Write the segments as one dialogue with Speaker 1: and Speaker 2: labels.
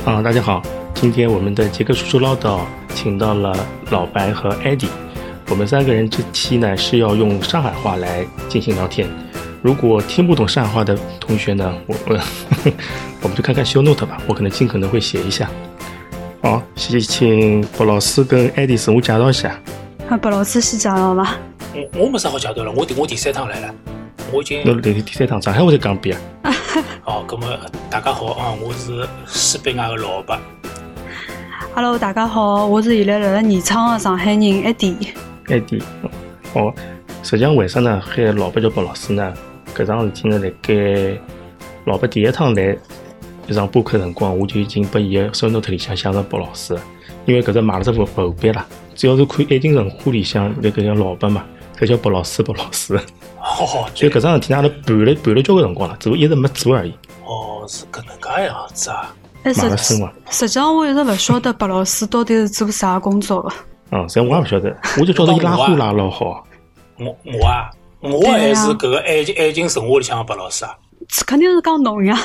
Speaker 1: 大家好，今天我们的杰克叔叔唠叨请到了老白和艾迪，我们三个人这期呢是要用上海话来进行聊天。如果听不懂上海话的同学呢，我们就看看 show note 吧，我可能尽可能会写一下。好，请白老师跟艾迪自我介绍一下。
Speaker 2: 白老师先介绍吧。
Speaker 3: 我没啥好介绍了，我第三趟来了，我已经。
Speaker 1: 侬第三趟上海话才讲遍啊。
Speaker 3: 好，咁么大家好啊，我是西班牙的老白。
Speaker 2: Hello， 大家好，我是现在辣宜昌的上海人艾迪。
Speaker 1: 哦，实际上为啥呢？喊老白叫白老师呢？搿桩事体呢，辣盖老白第一趟来一场播客的辰光，我就已经把伊个收 note 里向写成白老师，因为搿只买了只后笔啦。只要是看爱情神话里向那个叫老白嘛，搿叫白老师。所以搿桩事体呢，阿拉办了交关辰光了，只不过一直没做而已。
Speaker 3: 哦，是搿能介样子啊！
Speaker 2: 实际上我一直勿晓得白老师到底是做啥工作的。
Speaker 1: 实际上我也勿晓得，我就觉得伊拉花拉老好。
Speaker 3: 我还是搿个爱情神话里向的白老师啊！
Speaker 2: 肯定是讲侬呀。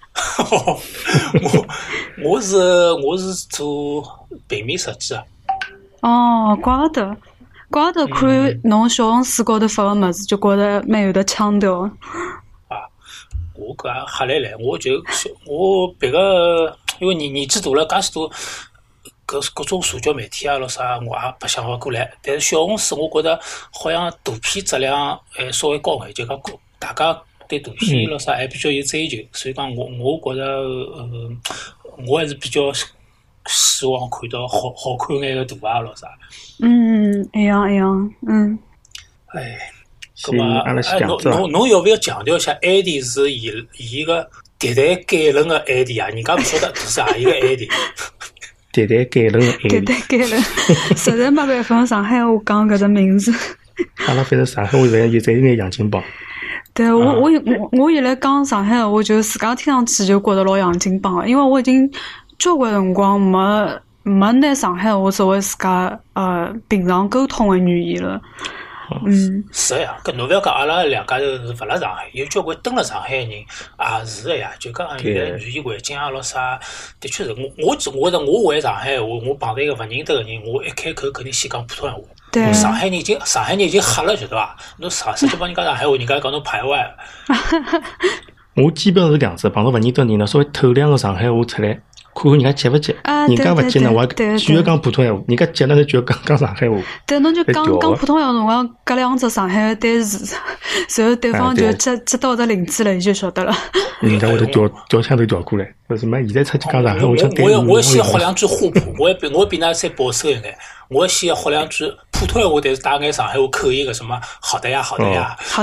Speaker 3: 我是做平面设计啊。
Speaker 2: 哦，怪不得看侬小红书高头发个物事，就觉得蛮有得腔调。
Speaker 3: 我搿瞎来，我别个，因为年纪大了，介许多各种社交媒体啊，咾啥，我也白相勿过来。但是小红书，我觉得好像图片质量还稍微高眼，就讲大家对图片咾啥还比较有追求，所以讲我觉得我还是比较希望看到好看眼个图啊，咾啥。
Speaker 2: 一样，
Speaker 3: 哎。咁么，侬要不要强调一下？艾迪是伊个迭代改轮个艾迪啊？人家勿晓得是何一个艾迪。
Speaker 1: 迭代改轮个艾迪。迭
Speaker 2: 代改轮，实在没办法用上海话讲搿只名字。
Speaker 1: 阿拉反正上海话侪有眼洋泾浜。
Speaker 2: 对，我现在讲上海话，就自家听上去就觉得老洋泾浜个，因为我已经交关辰光没拿上海话作为自家平常沟通个语言了。
Speaker 3: 是呀，搿侬勿要讲，阿拉两家头是勿辣上海，有交关蹲辣上海个人也是个呀。就讲现在语言环境啊，咾啥，的确是我回上海话，我碰到一个勿认得个人，我一开口肯定先讲普通闲话。
Speaker 2: 对。
Speaker 3: 上海人已经吓了，晓得伐？侬直接帮人家上海话，人家讲侬排外。
Speaker 1: 我基本是搿样子，碰到勿认得人呢，稍微透两个上海话出来。看看人家接勿接，人家勿接呢，我继续讲普通闲话；人家接了呢，就讲上海话。
Speaker 2: 对，侬就讲普通闲话，辰光隔两只上海个单词，然后对方就接到只领子了，伊就晓得了。
Speaker 1: 人家会得调腔头调过来，为什么现在出去讲上海话？
Speaker 3: 我先学两句花普，我比㑚再保守一眼。我先学两句普通闲话，但是带眼上海话口音个，什么好的呀，
Speaker 2: 对，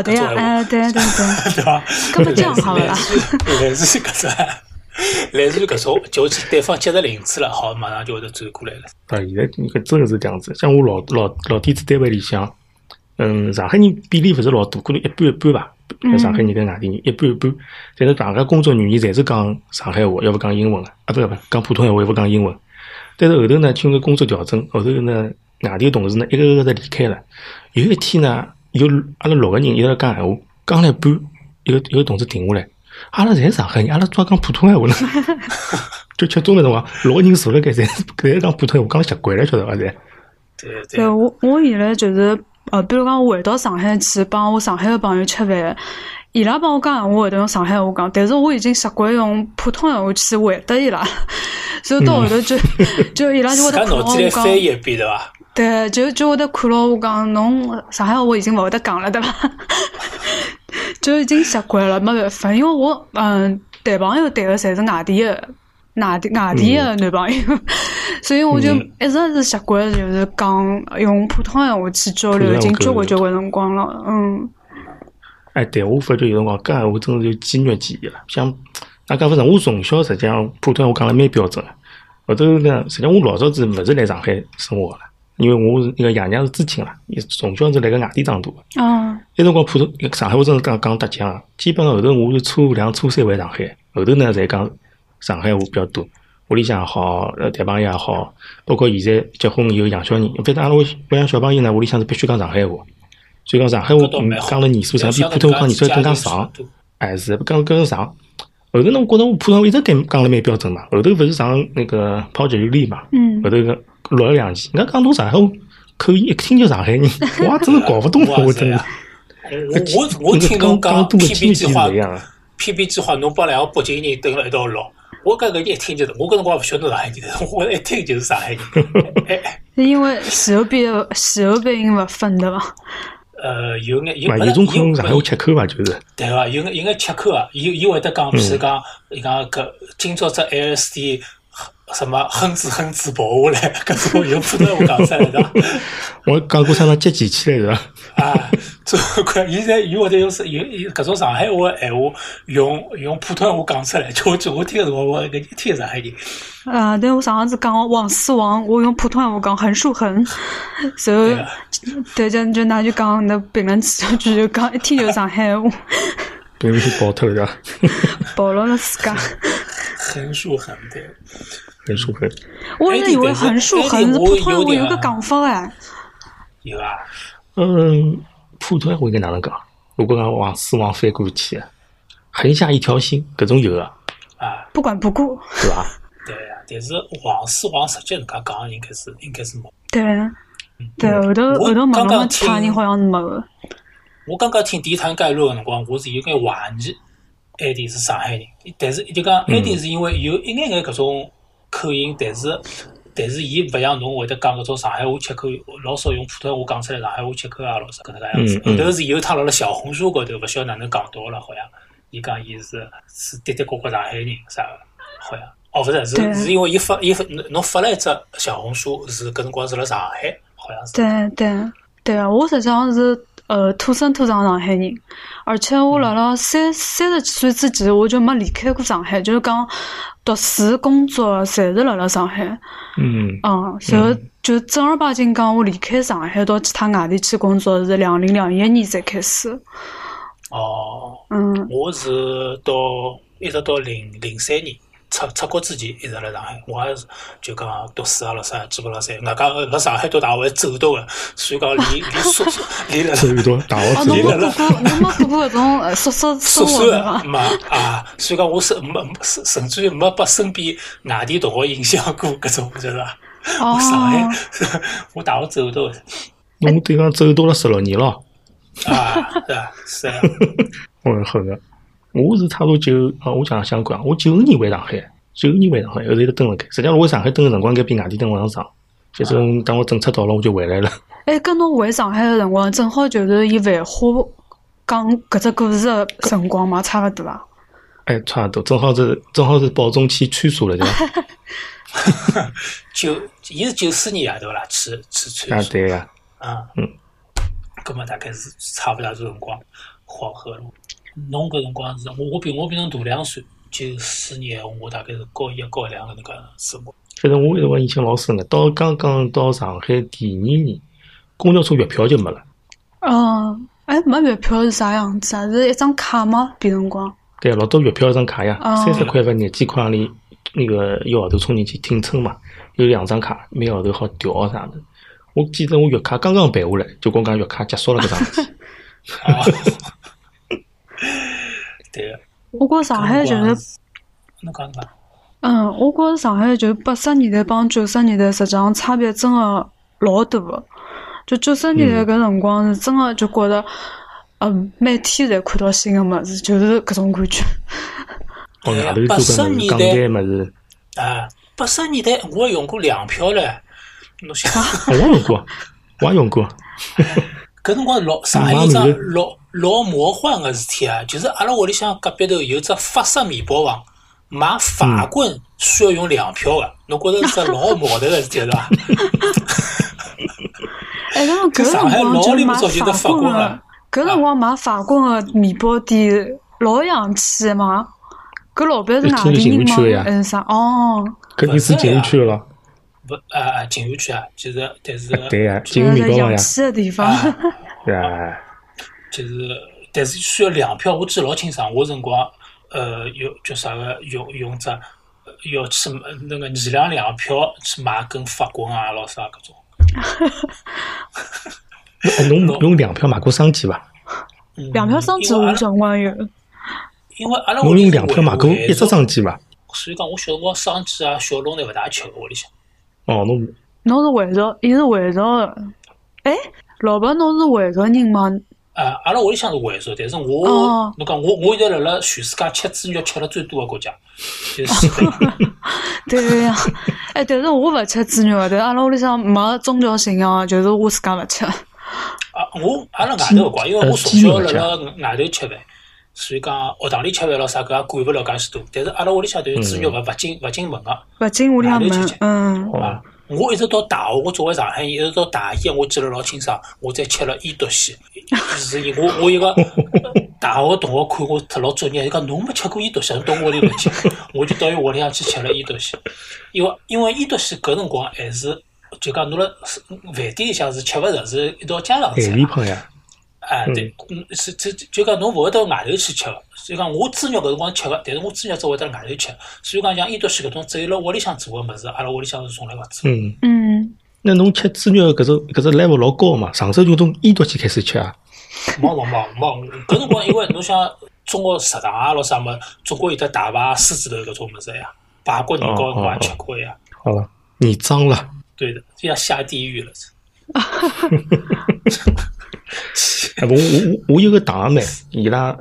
Speaker 3: 对吧？
Speaker 2: 根本这样好了。
Speaker 3: 类似搿种。类似于搿种，就对方接着领子了，好，马上就会得转过来了。
Speaker 1: 现在搿真的是这样子。像我老底子单位里向，上海人比例勿是老多，可能一半吧。上海人跟外地人一半。但是大家工作语言侪是讲上海话，要不讲英文不讲普通闲话，要不讲英文。但是后头呢，经过工作调整，后头呢，外地同事呢，一个离开了。有一天呢，有阿拉6个人一直在讲闲话，讲了一半，一个同事停下来。阿拉侪是上海人，阿拉专讲普通闲话呢。就吃中的辰光，6个人坐辣盖，侪讲普通闲话，讲了习惯了，晓得伐？侪。
Speaker 2: 对，我现在就是比如讲我回到上海去帮我上海个朋友吃饭，伊拉帮我讲闲话，我会得用上海话讲，但是我已经习惯用普通闲话去回答伊拉，所以到后头就伊拉就会得看我讲。
Speaker 3: 翻译一遍对伐？
Speaker 2: 对，就会得看牢我讲，侬上海话我已经勿会得讲了，对伐？就已经习惯了，没办法，因为我谈朋友谈的侪是外地的男朋友，所以我就一直是习惯就是讲用普通闲话去交流，已经交关辰光了。
Speaker 1: 对，我发觉有辰光讲闲话真是就肌肉记忆了。像那讲勿上，我从小实际上普通闲话讲了蛮标准的。后头呢，实际上我老早子勿是来上海生活了。因为我是一个爷娘是知青啦，从小是辣盖外地长大的。那辰光普通上海话真是讲搭腔，基本上后头我是初2、初3回上海，后头呢侪讲上海话比较多。屋里向也好，谈朋友也好，包括现在结婚以后养小人，反正阿拉屋里向小朋友呢，屋里向是必须讲上海话。所以讲上海话讲了年数长，比普通话讲年数更加长。是讲更长。 后头呢，我觉着我普通话一直讲了蛮标准嘛。后头勿是上那个跑九里嘛，后头个录了2期，人家讲到上海话口音一听就上海人，我真是搞勿懂我真的。
Speaker 3: 我听侬讲
Speaker 1: PB
Speaker 3: 计划，PB 计划侬帮2个北京人蹲辣一道录，我搿个一听就是，我搿辰光勿晓得侬上海人，我一听就是上海人。
Speaker 2: 因为前后鼻音勿分对伐？
Speaker 3: 有眼
Speaker 1: 有种可能上海话吃口伐，就是。
Speaker 3: 对伐？有眼吃口啊，伊会得讲，譬如讲，伊讲搿今朝只 LSD 什么哼子跑下来，搿种用普通话讲出来的。
Speaker 1: 我讲过啥接地气来的。
Speaker 3: 啊，这块现在有会得用搿种上海话闲话用普通话讲出来，就我听个辰光，我搿一听上海人。
Speaker 2: 啊，对，我上次讲王思王，我用普通话讲横竖横，然后对就拿去讲那评论区就讲一听就是上海话。
Speaker 1: 评论区爆脱了，
Speaker 2: 暴露了自家。
Speaker 3: 横竖横对。
Speaker 1: 横竖横。
Speaker 2: 我一直以为横竖横是普通话有个讲法哎。
Speaker 3: 有啊。
Speaker 1: 普通话应该哪能讲？如果讲王思王翻过去，横下一条心，搿种有啊。
Speaker 3: 啊。
Speaker 2: 不管不顾。
Speaker 1: 对伐？
Speaker 3: 对呀，但是王思王实际人家讲应该是没。
Speaker 2: 对。对，后头问了其他人好像是没个。
Speaker 3: 我刚刚听《地坛概论》的辰光，我是有眼怀疑艾迪是上海人，但是就讲艾迪是因为有一眼搿种口音，但是伊勿像侬会得讲搿种上海话切口，老少用普通话讲出来上海话切口啊，老啥搿能介样子。后头是有一趟辣小红书高头，勿晓得哪能讲到了，好像伊讲伊是的确上海人啥个，好像哦勿是因为伊侬发了一只小红书，是搿辰光是辣上海，好像是。
Speaker 2: 对啊，我实际上是。土生土长上海人，而且我辣辣30几岁之前，我就没离开过上海，就是讲读书、工作，侪是辣辣上海。然后就正儿八经讲，我离开上海到其他外地去工作是2021年才开始。
Speaker 3: 哦。我是一直到03年。出国之前一直辣上海，我也是就讲读书啊，辣啥基本上侪，外加辣上海读大学还走读个，所以讲离了
Speaker 1: 走读大学
Speaker 2: 离了了。侬没过搿种宿舍生活吗？
Speaker 3: 没啊，所以讲我甚至于没把身边外地同学影响过搿种，就是伐？我上海，我大学走读个。
Speaker 1: 侬对讲走读了16年了。
Speaker 3: 是啊。
Speaker 1: 好个。我是差不多我讲相关，我95年回上海，后头一直蹲辣盖。实际上我回上海蹲个辰光应该比外地蹲往上长。反正当我政策到了，我就回来了。
Speaker 2: 跟侬回上海个辰光，正好就是伊繁花讲搿只故事个辰光嘛，差勿多伐？
Speaker 1: 差勿多，正好是宝中期穿梭了，对伐？
Speaker 3: 伊是94年对勿啦？去穿梭。
Speaker 1: 对呀。
Speaker 3: 搿么大概是差勿多这辰光，黄河路。侬搿辰光是我比侬大2岁，94年我大概是高1、高2个那个生活。
Speaker 1: 反正我搿辰光印象老深个，刚刚到上海第2年，公交车月票就没了。
Speaker 2: 没月票是啥样子啊？是一张卡吗？比辰光？
Speaker 1: 对，老多月票一张卡呀，30块勿廿几块钿，那个一个号头充进去停车嘛，有2张卡，每个号头好调啥的。我记得我月卡刚刚办下来，就讲月卡结束了搿桩事体。
Speaker 3: 对。
Speaker 2: 我觉上海就是，
Speaker 3: 侬讲。
Speaker 2: 我觉上海就80年代帮90年代实际上差别真的老大个。就90年代搿辰光是真的就觉得，每天侪看到新个物事，就是搿种感觉。
Speaker 3: 80年
Speaker 1: 代物事。
Speaker 3: 80年代我也用过粮票唻，侬想？
Speaker 1: 我也用过。
Speaker 3: 搿辰光上海有桩老魔幻个事体啊，就是阿拉屋里向隔壁头有只法式面包房，买法棍需要用粮票个，侬觉着是只老毛头个事体是伐？
Speaker 2: 搿
Speaker 3: 上海老里不早就得法棍
Speaker 2: 个，搿辰光买法棍个面包店老洋气个嘛，搿老板是外地人吗？还是啥？
Speaker 1: 搿你是进入区了？
Speaker 3: 静安区啊，其实但是
Speaker 1: 对呀，静安面包房呀，
Speaker 2: 洋气的地方。
Speaker 3: 就是但是需要粮票，我记得老清爽。我辰光有叫啥个用只要去那个2两粮票去买根法棍啊，老啥搿种。
Speaker 1: 侬用粮票买过生煎伐？
Speaker 2: 粮票生煎我辰光有。
Speaker 3: 因为阿拉屋
Speaker 1: 侬
Speaker 3: 里是
Speaker 1: 用粮票买过
Speaker 3: 会
Speaker 1: 一只生煎伐？
Speaker 3: 所以讲我小辰光生煎啊、小笼侪勿大吃个屋里向。
Speaker 1: 哦，侬
Speaker 2: 侬是回族，伊是回族的。哎，老爸，侬是回族人吗？
Speaker 3: 阿拉屋里向是回族，但是我
Speaker 2: 哦
Speaker 3: 侬讲我现在辣辣全世界吃猪肉吃了最多个国家就是西非。
Speaker 2: 对呀，哎，但是我勿吃猪肉，但是阿拉屋里向没宗教信仰，就是我自家勿吃。
Speaker 3: 阿拉外头勿怪，因为我从小辣辣外头吃饭，所以讲学堂里吃饭咯啥，搿也管勿了介许多。但是阿拉屋里向对猪肉勿进门个。
Speaker 2: 勿进屋里向门
Speaker 3: 外头去吃，
Speaker 2: 嗯，
Speaker 3: 我一直到大学，我作为上海人，一直到大一，我记得老清爽，我才吃了伊笃西。是我一个大学同学看我特老作孽，伊讲侬没吃过伊笃西，侬到我屋里来吃，我就到伊屋里向去吃了伊笃西。因为伊笃西搿辰光还是就讲侬辣饭店里向是吃勿着，是一道家常菜
Speaker 1: 海里胖呀，
Speaker 3: 对，是就讲侬勿会到外头去吃个，所以讲我猪肉搿辰光吃个，但是我猪肉只会到外头吃，所以讲像伊笃西搿种只有辣屋里向做个物事，阿拉屋里向是从来勿做。
Speaker 1: 那侬吃猪肉搿只 level 老高嘛？上手就从伊笃西开始吃啊？
Speaker 3: 冇，搿辰光因为侬像中国食堂啊，咾啥么，总归有得大排狮子头搿种物事呀，排骨年糕我也吃过呀。
Speaker 1: 好了，你脏了。
Speaker 3: 对的，就要下地狱了。
Speaker 1: 我有个堂妹，伊拉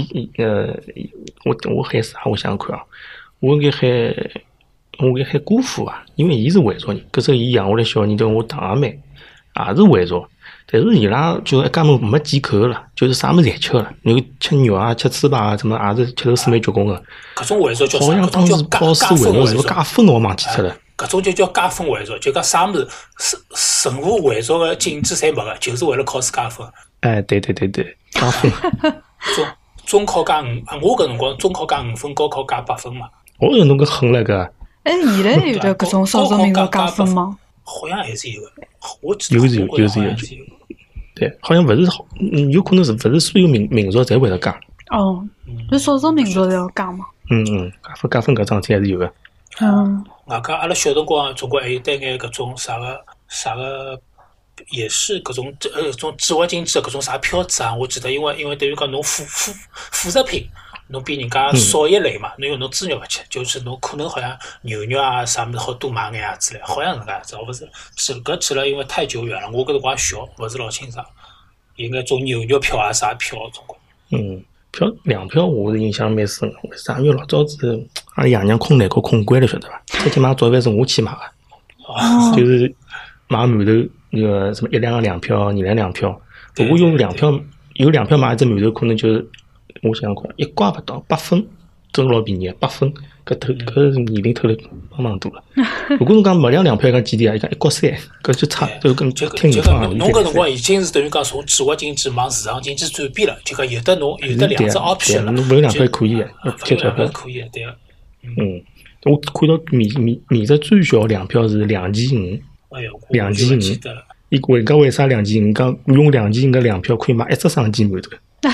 Speaker 1: 我喊啥？我想想看啊，我给喊姑父啊，因为伊是回族人，搿时候伊养下来小人叫我堂妹，也是回族，但是伊拉就一家门没忌口了，就是啥物事侪吃了，有吃肉啊、吃猪排啊，什么也是吃头四美结棍个。
Speaker 3: 搿种回族叫啥？
Speaker 1: 好像当时报书回族是勿是加分我忘记脱了。
Speaker 3: 搿种就叫加分回族，就讲啥物事任何回族个禁止侪没个，就是为了考试加分。
Speaker 1: 哎，对，加分。
Speaker 3: 中考加5，我搿辰光中考加5分，高考加8分嘛。
Speaker 1: 我有侬个狠了个。
Speaker 2: 哎，现在有得搿种少数民族加分吗？
Speaker 3: 好像还是有个，我记得
Speaker 1: 有。对，好像勿是，有可能是勿是所有民族侪会得加。
Speaker 2: 哦，就少数民族侪要加嘛。
Speaker 1: 加分搿桩事还是有个。
Speaker 3: 外加阿拉小辰光总归还有得眼搿种啥个，也是搿种种计划经济搿种啥票子啊，我记得因为等于讲侬副食品。侬比人家少一类嘛，侬因为侬猪肉勿吃，就是侬可能好像牛肉啊啥物事好多买眼啊之类，好像是搿样子，勿是搿记了，因为太久远了，我搿辰光小，勿是老清爽，有眼种牛肉票啊啥票总归。
Speaker 1: 粮票我是印象蛮深个，为啥？因为老早子阿拉爷娘困难搞困惯了，晓得伐？出去买早饭是我去买个，就是买馒头那个什么1两个粮票、2两粮票，如果有粮票买一只馒头，可能就是我想想看，1块勿到8分，真老便宜，8分，搿年龄偷了帮忙多了。如果侬讲没粮票，讲几钿啊？伊讲1角3，搿就差，就跟听人讲
Speaker 3: 侬搿辰光已经是等于讲从计划经济往市场经济转变了，就讲有的侬有的2只 option 了。
Speaker 1: 侬没有粮票可以个，贴钞票
Speaker 3: 可以个，对个。
Speaker 1: 我看到面值最小粮票是2.5，
Speaker 3: 哎哟
Speaker 1: 2.5。伊为啥2.5？讲用2.5个粮票可以买1只生煎馒头。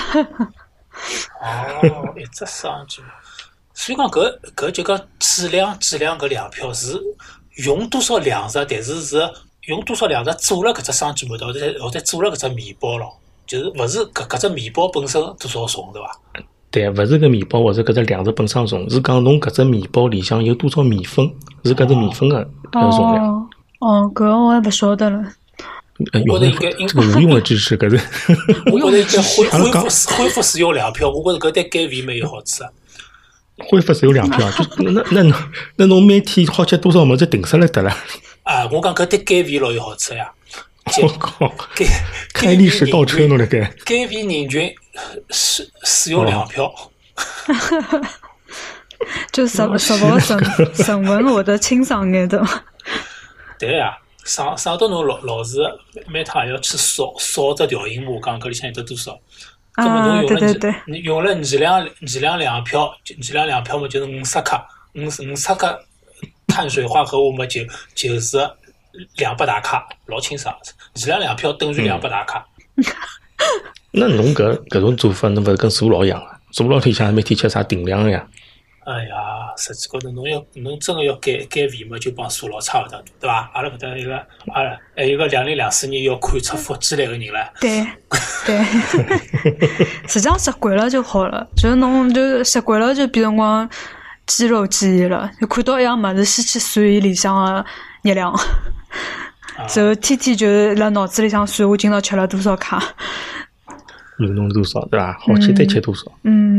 Speaker 3: 1只生煎。所以讲搿就讲质量搿粮票是用多少粮食，但是用多少粮食做了搿只生煎馒头，或者做了搿只面包咯，就是勿是搿只面包本身多少重对伐？
Speaker 1: 对，勿是搿面包或者搿只粮食本身重，是讲侬搿只面包里向有多少米粉，是搿只米粉个重量。
Speaker 2: 搿我也勿晓得了。
Speaker 3: 我觉得
Speaker 1: 这个无用的知识，搿是。
Speaker 3: 我觉得应该恢复使用粮票，我觉着搿对减肥蛮有好处啊。
Speaker 1: 恢复使用粮票，就那侬每天好吃多少物事定出来得了。
Speaker 3: 我讲搿对减肥老有好处呀。
Speaker 1: 我靠！开历史倒车侬辣盖。
Speaker 3: 减肥人群使用粮票。
Speaker 2: 就食物成分会得清爽眼的。
Speaker 3: 对呀。上到侬老师每趟也要去扫只条形码，讲搿里向有得多少。咁么侬用了2两粮票嘛，就是50克，50克碳水化合物嘛，就是200大卡，老清爽。2两粮票等于200大卡。
Speaker 1: 那侬搿种做法，侬勿是跟坐牢一样啊？坐牢里向每天吃啥定量呀？
Speaker 3: 哎呀，实际高头侬真个要减肥嘛，就帮苏老差勿多，对伐？阿拉搿搭一个还有个2024年要看出腹肌来个人唻。
Speaker 2: 对对，实际上习惯了就好了，就是侬就习惯了就变成光肌肉记忆了，就看到一样物事先去算伊里向个热量，就天天就是辣脑子里向算我今朝吃了多少卡，
Speaker 1: 运动多少对伐？好吃再吃多少。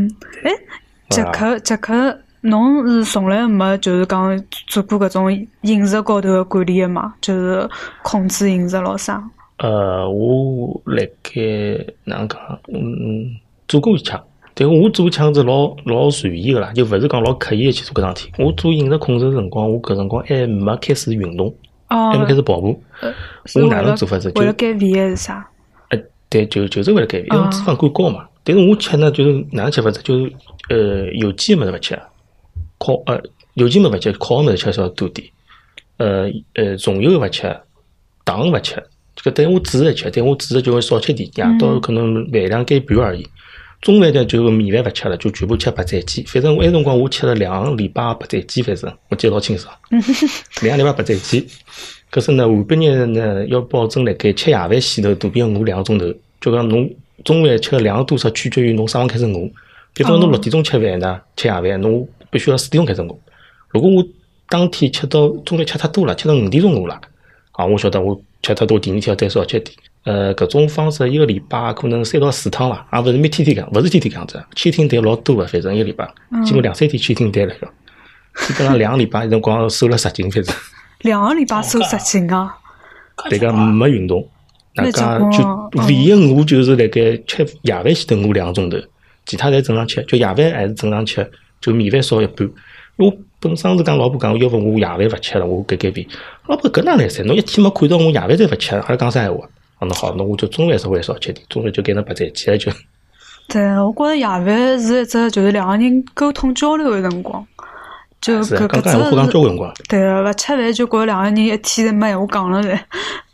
Speaker 2: 杰克，侬是从来没就是讲做过搿种饮食高头个管理个嘛？就是控制饮食咯啥？
Speaker 1: 我辣盖哪能讲？做过一枪，但我做枪是老随意个啦，就勿是讲老刻意去做搿桩事体。我做饮食控制个辰光，我搿辰光还没开始运动，还没开始跑步。我哪能做法子？
Speaker 2: 为了减肥还是啥？
Speaker 1: 对，就是为了减肥，因为脂肪肝高嘛。但是我吃呢，就是哪能吃法子？就是有机物事勿吃，有机物勿吃，烤个物事吃稍多点。重油勿吃，糖勿吃。这个但我主食吃，但我主食就会少吃点，夜到可能饭量减半而已。中饭呢就米饭勿吃了，就全部吃白斩鸡。反正我埃辰光我吃了2个礼拜白斩鸡，反正我记得老清爽。2个礼拜白斩鸡。可是呢，下半日呢要保证辣盖吃夜饭前头肚皮饿2个钟头。就讲侬中饭吃个量多少，取决于侬啥辰光开始饿。比方侬6点钟吃饭呢，吃夜饭，侬必须要4点钟开始饿。如果我当天吃到中饭吃太多了，吃到5点钟饿了，我晓得我吃太多，第二天要再少吃点。搿种方式一个礼拜可能3到4趟伐，也勿是天天搿样，勿是天天搿样子，7天蛋老多个，反正一个礼拜，基本2、3天7天蛋了要。基本上2个礼拜辰光瘦了10斤，反正。
Speaker 2: 2个礼拜瘦10斤啊！
Speaker 1: 对个没运动。那家就唯一我就是辣盖吃夜饭前头饿2个钟头，其他侪正常吃，就夜饭还是正常吃，就米饭少一半。我本身是讲老婆讲，要不我夜饭勿吃了，我减肥。老婆搿哪来塞？侬一天没看到我夜饭侪勿吃，还讲啥闲话？那好，那我就中饭稍微少吃点，中饭就改成白斩鸡了就。
Speaker 2: 对，我觉着夜饭是一只就是2个人沟通交流的辰光，就搿
Speaker 1: 刚刚我讲交关辰光。
Speaker 2: 对，勿吃饭就觉着2个人一天侪没闲话讲了噻。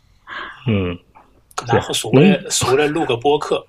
Speaker 3: 然后坐来录个播客。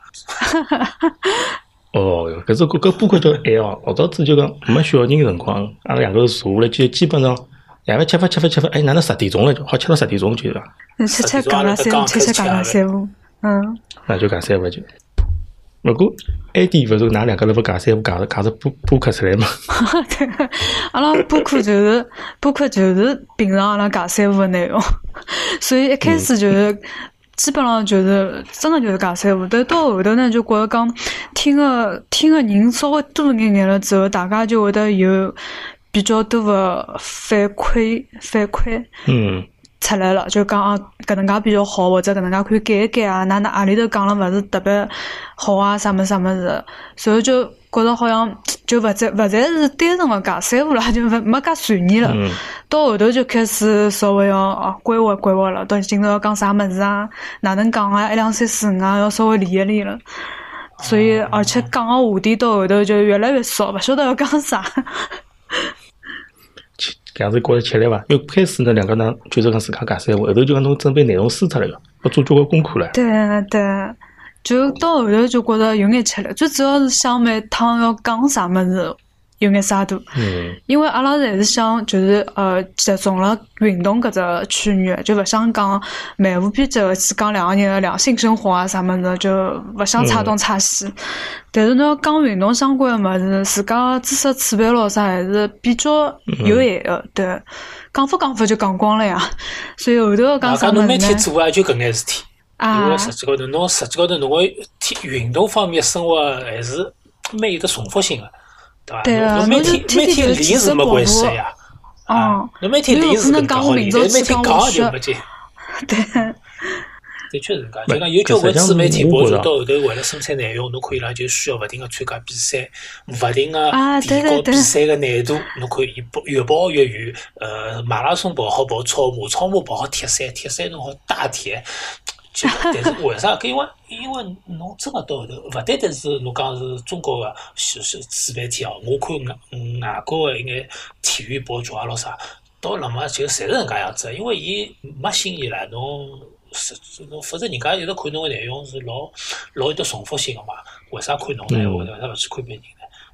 Speaker 1: 哦，搿播客叫爱哦。老早子就讲没小人个辰光，阿拉2个坐下来就基本上夜饭吃法，哪能10点钟了就好吃到10点钟就是伐？
Speaker 2: 吃讲了三五，吃讲了三五，
Speaker 1: 那就讲三五就。不过埃点勿是㑚2个人勿讲三五，讲着播客出来嘛？
Speaker 2: 对，阿拉播客就是平常阿拉讲三五的内容，所以一开始就是。基本上就是真的就是尬三胡，但到后头呢，就觉得讲听个人稍微多眼了之后，大家就会得有比较多的反馈出来了，就讲搿能介比较好，或者搿能介可以改一改啊，哪里头讲了勿是特别好啊，啥物事，所以就觉得好像就勿再是单纯的尬三胡了，就没介随意了。到后头就开始稍微要规划了，到今朝要讲啥物事啊，哪能讲啊，1、2、3、4、5啊，要稍微理一理了。所以而且讲个话题到后头就越来越少，勿晓得要讲啥。
Speaker 1: 搿样子觉着吃力伐？因为开始呢，2个人就是讲自家讲三胡，后头就讲侬准备内容输出了要做交关功课了。
Speaker 2: 对，就到后头就觉着有眼吃力，最主要是想每趟要讲啥物事。有眼洒脱，因为阿拉侪是想就是集中了运动搿只区域，就勿想讲漫无边际的去讲2个人的两性生活啊啥物事，就勿想插东插西。但是侬要讲运动相关的物事，自家知识储备咯啥还是比较有限的，对，讲法就讲光了呀。所以后头要讲啥物事呢？
Speaker 3: 侬每天做啊就搿眼事体，因为实际高头侬个运动方面生活还是蛮有得重复性的。
Speaker 2: 对啊，
Speaker 3: 侬每天练是没关系呀。侬每天练是更加好练，但每天讲就没劲。
Speaker 2: 对，
Speaker 3: 的确是搿，就讲有交关自媒体博主到后头为了生产内容，侬可以啦，就需要勿停个参加比赛，勿停个提高比赛个难度。侬可以越跑越远，马拉松跑好跑超马跑好铁三侬好打铁。但是为啥？因为侬真个到后头，勿单单是侬讲是中国个自媒体哦，我看外国个一眼体育博主啊咾啥，到了嘛就侪是搿能介样子，因为伊没新意了，侬否则人家一直看侬个内容是老有得重复性个嘛？为啥看侬呢？为啥勿去看别人呢？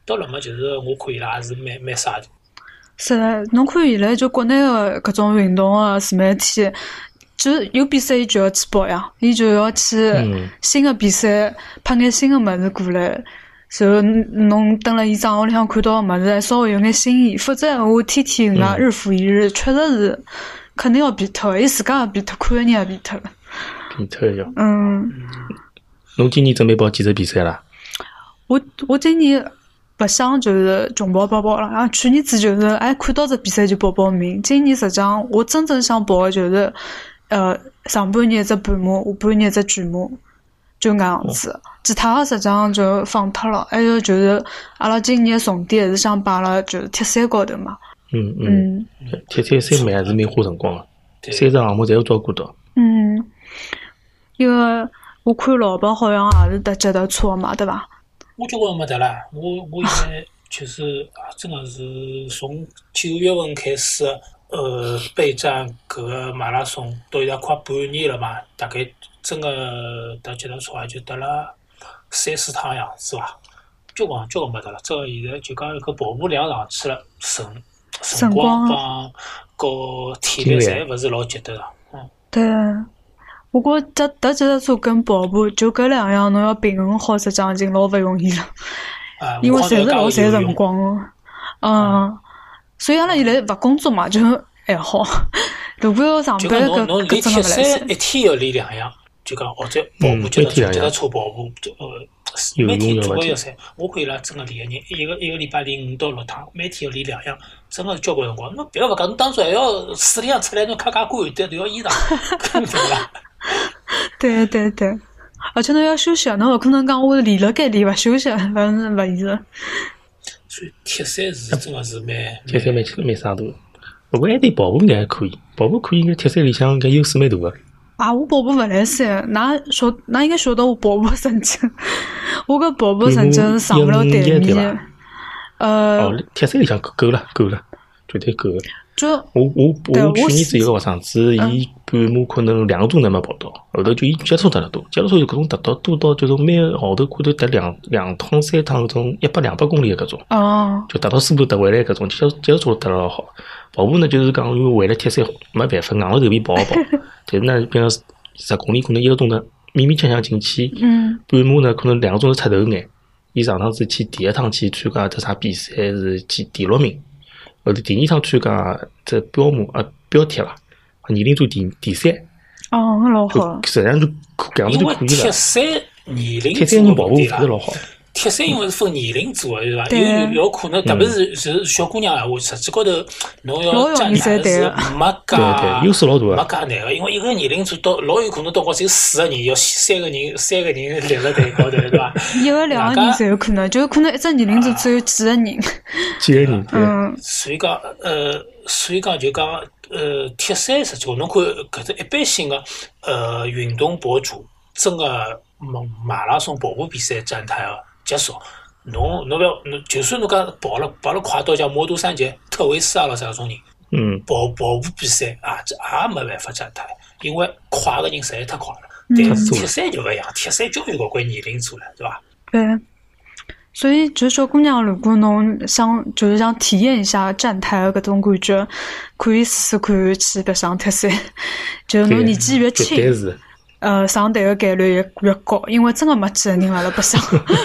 Speaker 3: 到了嘛，就是我看伊拉也是蛮啥的。
Speaker 2: 是的，侬看现在就国内的各种运动的自媒体，就是有比赛伊就要去报呀，伊就要去新的比赛拍眼新的物事过来，然后侬登了伊账号里向看到的物事，还稍微有眼新意，否则闲话天天人家日复一日，确实是肯定要变脱的，伊自家也变脱，看的人也变脱了。
Speaker 1: 变脱哟。侬今年准备报几只比赛啦？
Speaker 2: 我今年不想就是穷报报了，然后去年子就是看到这比赛就报名。今年实际上我真正想报的就是上半年一只半马，下半年一只全马，就搿样子。其他的实际上就放脱了。还有就是阿拉今年重点还是想摆了就是铁三高头嘛。铁
Speaker 1: 三还是蛮花辰光的，3只项目侪要照顾到。
Speaker 2: 因为我看老板好像也是搭脚踏车嘛，对伐？
Speaker 3: 我就觉没得啦，我现在就是真的是从9月份开始，备战搿个马拉松，到现在快半年了嘛，大概真个搭脚踏车也就搭了3-4趟样子伐，交关没得了。这个现在就讲搿跑步量上去了，辰光帮和体力侪勿是老及得的。
Speaker 2: 对。不过搭脚踏车跟跑步就搿两样，侬要平衡好，实际上已经老勿容易了，因为侪是老赚辰光的。所以阿拉现在勿工作嘛，就还好。如果要上班，
Speaker 3: 侬练铁三一天要练2样，就讲或者跑步脚踏车跑步，每天做个要3。我看伊拉真个练个人，一个礼拜练5到6趟，每天要练2样，真个是交关辰光。侬别个勿讲，侬当初还要水里向出来，侬卡干都要衣裳，对伐？
Speaker 2: 对，而且侬要休息，侬勿可能讲我练了该练勿休息，反正勿现实。
Speaker 3: 所以铁三是真个是
Speaker 1: 铁三蛮啥大。不过还对跑步应该还可以，跑步可以，应该铁三里向应该优势蛮大个。
Speaker 2: 我跑步勿来三，㑚应该晓得我跑步成绩，我搿跑步成绩是上勿了台面。
Speaker 1: 铁三里向够了，绝对够了。
Speaker 2: 就
Speaker 1: 我去年子有个学生子，伊半马可能2个钟头没跑到，后头就伊接触得了多，接触有搿种达到多到就是每个号头可能得2趟3趟搿种100-200公里的搿种，就达到速度得回来搿种，接触得了老好。跑步呢就是讲因为为了铁三没办法硬着头皮跑，但是呢比如10公里可能1个钟头勉勉强强进去，半马呢可能2个钟头出头眼。伊上趟子去第一趟去参加这啥比赛是去第6名。后头第2趟参加这标马标铁啦，年龄组第3。
Speaker 2: 老好。
Speaker 1: 实际上就搿样子就可以了。
Speaker 3: 铁三年龄
Speaker 1: 铁三人跑步确实老好。
Speaker 3: 铁三因为是分年龄组的，对伐？有可能，特别是小姑娘闲话，实际高头侬要站台是没介
Speaker 1: 优势老大，
Speaker 3: 没介难个，因为一个年龄组到老有可能到光只有4个人，要3个人立辣台高头，对伐？
Speaker 2: 一个2个人侪有可能，就有可能一只年龄组只有几个人。
Speaker 1: 几个人，对。
Speaker 3: 所以讲就讲铁三实际侬看搿只一般性个运动博主，真个马拉松跑步比赛站台个极少。侬勿要，就算侬讲跑了快到像摩托3级、特维斯啊啥搿种人，跑步比赛也没办法站台，因为快个人实在太快了。但是铁三就勿一样，铁三就有搿关年龄组了，对伐？
Speaker 2: 对。所以，就小姑娘，如果侬想体验一下站台的搿种感觉，可以试看去白相铁三。就是侬年纪越轻，上台的概率越高，因为真的没几个人辣辣白相。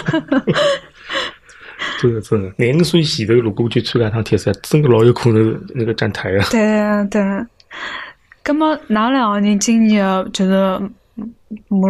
Speaker 1: 真的，20岁前头如果去参加趟铁三，真的老有可能那个站台啊。
Speaker 2: 对。葛末㑚2个人今年就是马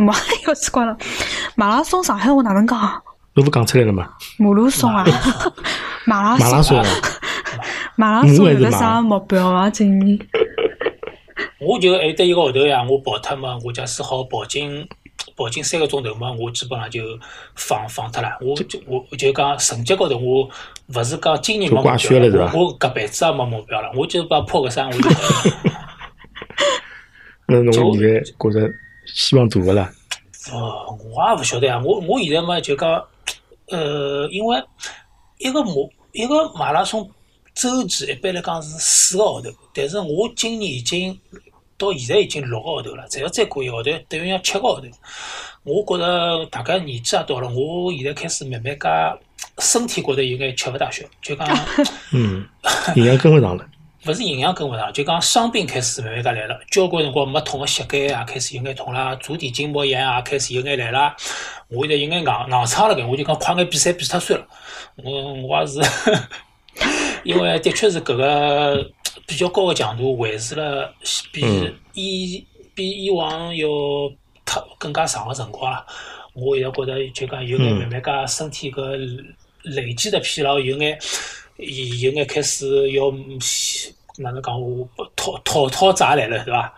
Speaker 2: 拉松上海话哪能讲？
Speaker 1: 侬不讲出来了吗？
Speaker 2: 马拉松啊，马拉松有个啥目标啊？今年
Speaker 3: 我就还得1个号头呀，我跑脱嘛，我假使好跑进3个钟头嘛，我基本上就放脱了。我就讲成绩高头，我勿是讲今年没目标了，我搿辈子也没目标了，我就把破个3我就可以了。
Speaker 1: 那侬现在觉着希望大个啦？
Speaker 3: 我也勿晓得呀。我现在嘛就讲。因为一个马拉松周期一般来讲是4个号头，但是我今年已经到现在已经6个号头了，再要再过1个号头，等于要7个号头。我觉着大家年纪也到了，我现在开始慢慢介身体觉得有眼吃勿大消，就讲
Speaker 1: 营养跟勿上了。
Speaker 3: 勿是营养跟勿上，就讲伤病开始慢慢介来了。交关辰光没痛个膝盖也开始有眼痛啦，足底筋膜炎也开始有眼来啦。我现在有眼硬撑了盖，我就讲快眼比赛比脱算了。我也是，因为的确是搿个比较高个强度维持了比以往要更加长个辰光啦。我现在觉得就讲有眼慢慢介身体搿累积的疲劳有眼开始要哪能讲我讨债来了，对伐？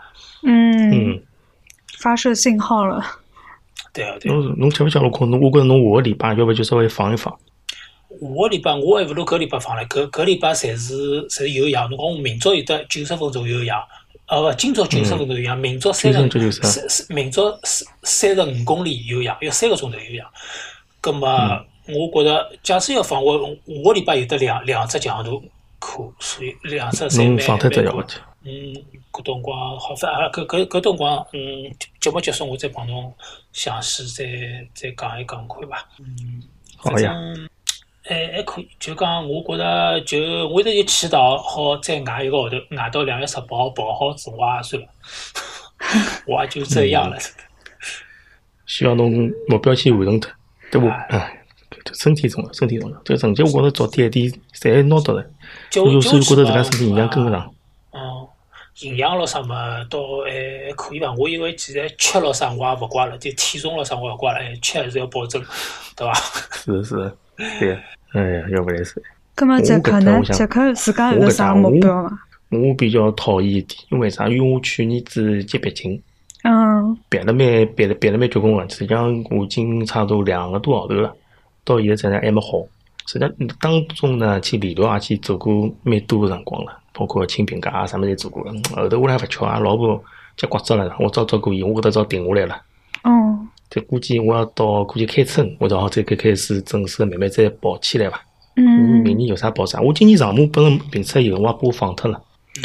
Speaker 2: 发射信号了。
Speaker 3: 对啊，对。
Speaker 1: 侬吃勿消了困，我觉着侬下个礼拜要不就稍微放一放。
Speaker 3: 下个礼拜我还勿如搿礼拜放了，搿礼拜侪是有氧。侬讲我明朝有得90分钟有氧，勿，今朝90分钟有氧，明朝明朝35公里有氧，要3个钟头有氧。葛末我觉着，假使要放我下个礼拜有得两只强度课，所以2只侪蛮
Speaker 1: 放脱只要去。
Speaker 3: 搿辰光好，搿辰光，节目结束我再帮侬详细再讲一讲看伐。
Speaker 1: 好呀。
Speaker 3: 还可以，就讲我觉着我现在就祈祷好再挨1个号头，挨到2月18号报好子，我也算了，我也就这样了。
Speaker 1: 希望侬目标先完成脱，对不？身体重要，身体重要。这个成绩我觉着早点一点，侪拿到了。有时候觉着自家身体营养跟勿上。
Speaker 3: 营养咯啥嘛，倒还可以吧。我因为现在吃咯啥我也勿怪了，就体重咯啥我也怪了，吃还是要保证，对伐？
Speaker 1: 是，对。哎呀，要不来塞。
Speaker 2: 葛末杰克呢？杰克自家有啥目标伐？
Speaker 1: 我比较讨厌一点，因为啥？因为我去年子接鼻筋。憋了蛮结棍个，实际上我已经差不多2个多号头了，到现在还没好。实际上当中呢，去理疗也去做过蛮多个辰光了，包括清平假啥么侪做过了。后头我还勿巧，俺老婆脚骨折了，我照顾伊，我搿搭早停下来了。就估计我要到开春，我就好再开始正式慢慢再跑起来伐。明年有啥跑啥？我今年长马本身评测以后，我也把我放脱了。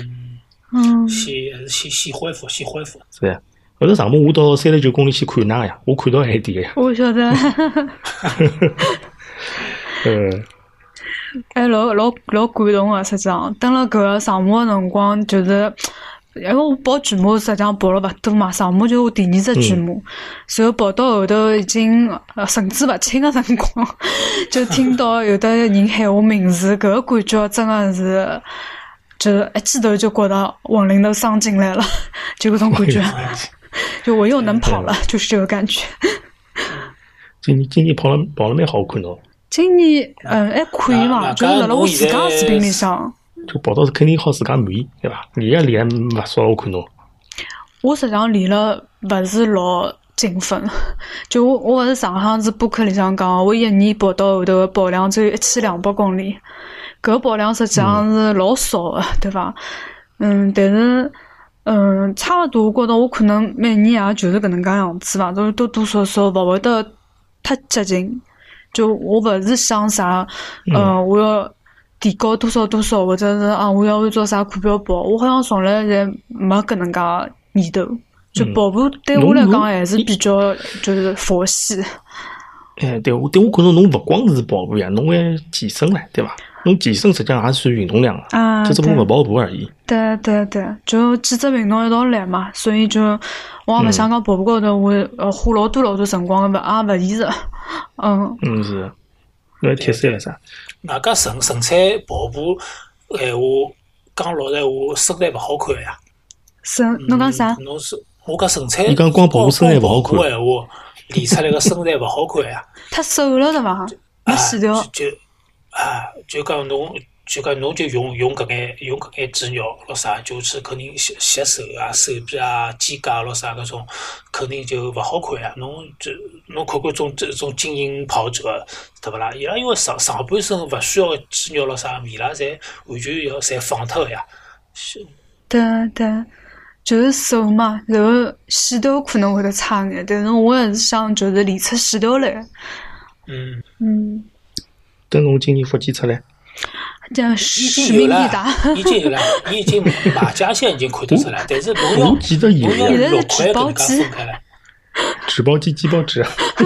Speaker 3: 先恢复。
Speaker 1: 是呀。后头长马我到39公里去看㑚呀，我看到还低个呀。
Speaker 2: 我晓得。老感动个，实际上，等了搿个长马个辰光，就是因为我跑全马实际上跑了勿多嘛，长马就我第2只全马，随后跑到后头已经神志勿清个辰光，就听到有的人喊我名字，搿个感觉真个是，就是一记头就觉得魂灵都伤进来了，就搿种感觉，就我又能跑了，就是这个感觉。
Speaker 1: 今年跑了蛮好看哦。
Speaker 2: 今年还可以嘛，就是辣我自家视频里向。
Speaker 1: 就跑到是肯定好自家满意，对伐？练勿少，我看侬。
Speaker 2: 我实际上练了勿是老勤奋，就我勿是上趟子播客里向讲，我1年跑到后头个跑量只有1200公里，搿跑量实际上是老少个，对伐？但是差勿多，我觉着我可能每年也就是搿能介样子伐，都多多少少勿会得太激进。就我勿是想啥，我要提高多少，或者是我要按照啥课表跑，我好像从来侪没搿能介念头。就跑步对我来讲还是比较就是佛系。
Speaker 1: 对我觉着侬勿光是跑步呀，侬还健身唻，对伐？侬健身实际上也算运动量了，就只不过勿跑步而已。对，
Speaker 2: 就几只运动一道来嘛，所以就我也勿想讲跑步高头会花老多辰光个，勿现实。
Speaker 1: 是。侬铁三了啥？
Speaker 3: 外加纯粹跑步闲话，讲老实话，身材勿好看呀。
Speaker 2: 侬讲啥？
Speaker 3: 侬是我讲纯粹。
Speaker 1: 你讲光跑步身材勿好看。
Speaker 3: 闲话，练出来个身材勿好看呀。
Speaker 2: 太瘦了对伐？没线条。
Speaker 3: 就讲侬就用搿眼肌肉咯啥，就是肯定吸手啊、手臂啊、肩胛咯啥搿种，肯定就勿好看呀。侬看看种精英跑者，对勿啦？伊拉因为上半身勿需要肌肉咯啥，伊拉侪完全侪放脱个呀。
Speaker 2: 对，就是瘦嘛，然后线条可能会得差眼，但是我还是想就是练出线条来。
Speaker 1: 等侬今年复检出来？
Speaker 2: 这
Speaker 3: 已
Speaker 2: 使
Speaker 3: 经有了
Speaker 2: 命必达。，
Speaker 3: 已经有了，已经马甲线已经看得出来，但是侬要
Speaker 1: 我记得有
Speaker 3: 侬要
Speaker 2: 现在是
Speaker 3: 6块
Speaker 2: 纸包
Speaker 3: 搿能介
Speaker 2: 机
Speaker 3: 分开来。
Speaker 1: 纸包鸡、鸡包纸，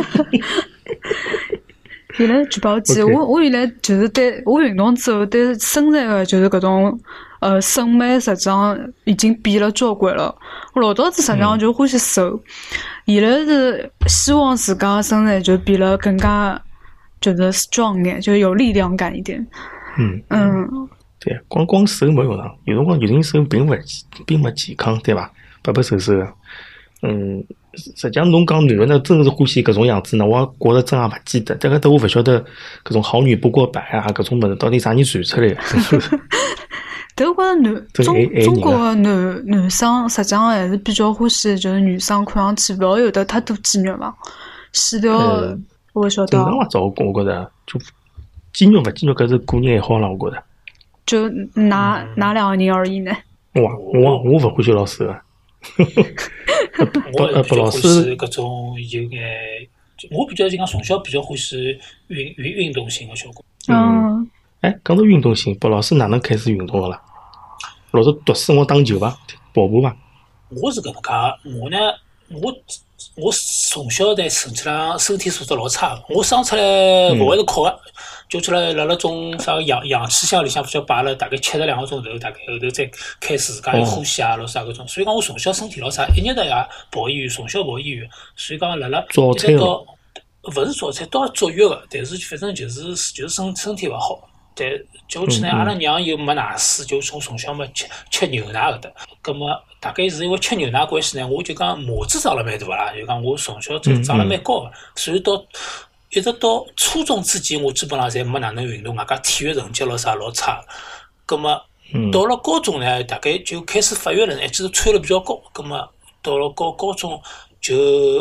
Speaker 2: 原来举报机，
Speaker 1: OK
Speaker 2: 我原来就是对我运动之后对身材的就是搿种审美实际上已经变了交关了。我老早子实际上就欢喜瘦，现在是希望自家的身材就变得更加就是 strong 眼，就是有力量感一点。
Speaker 1: 嗯，对，光瘦没用场，有辰光有人瘦并不健康，对伐？白瘦瘦的，实际上侬讲男的呢，真的是欢喜搿种样子呢，我觉着真也勿记得，但我勿晓得搿种好女不过百啊，搿种物事到底啥人传出来的？
Speaker 2: 但我觉着
Speaker 1: 这个
Speaker 2: 中国的男生实际上还是比较欢喜，就是女生看上去勿要有得太多肌肉嘛，线条我勿晓得
Speaker 1: 正，常伐？照我觉着就肌肉勿肌肉搿是个人爱好啦，我觉着。
Speaker 2: 就哪两个人而已呢？
Speaker 1: 我勿欢喜老瘦的。
Speaker 3: 我还比较欢
Speaker 1: 白老师
Speaker 3: 喜搿种有眼，我比较就讲从小比较欢喜运动性的小果。
Speaker 1: 哎，讲到运动性，白老师哪能开始运动的啦？老早读书我打球伐？跑步伐？
Speaker 3: 我是搿能介，我呢，我从小在成绩上身体素质老差的，我生出来勿会是哭个，就出来辣种啥个氧气箱里向就摆了大概72个钟头，大概后头再开始自家有呼吸啊咾啥搿种，所以讲我从小身体老差，一日头夜跑医院，从小跑医院，所以讲辣
Speaker 1: 早餐
Speaker 3: 到勿是早餐，到足月个，但是反正就是身体勿好。但就去呢，阿拉娘又没奶水，就从小嘛吃牛奶搿搭，葛末大概是因为吃牛奶关系呢，我就讲码子长了蛮大啦，就讲我从小就长了蛮高个，所以一直到初中之前，我基本上侪没哪能运动，外加体育成绩咾啥老差。葛末到了高中呢，大概就开始发育了，而且是穿了比较高，葛末到了高中就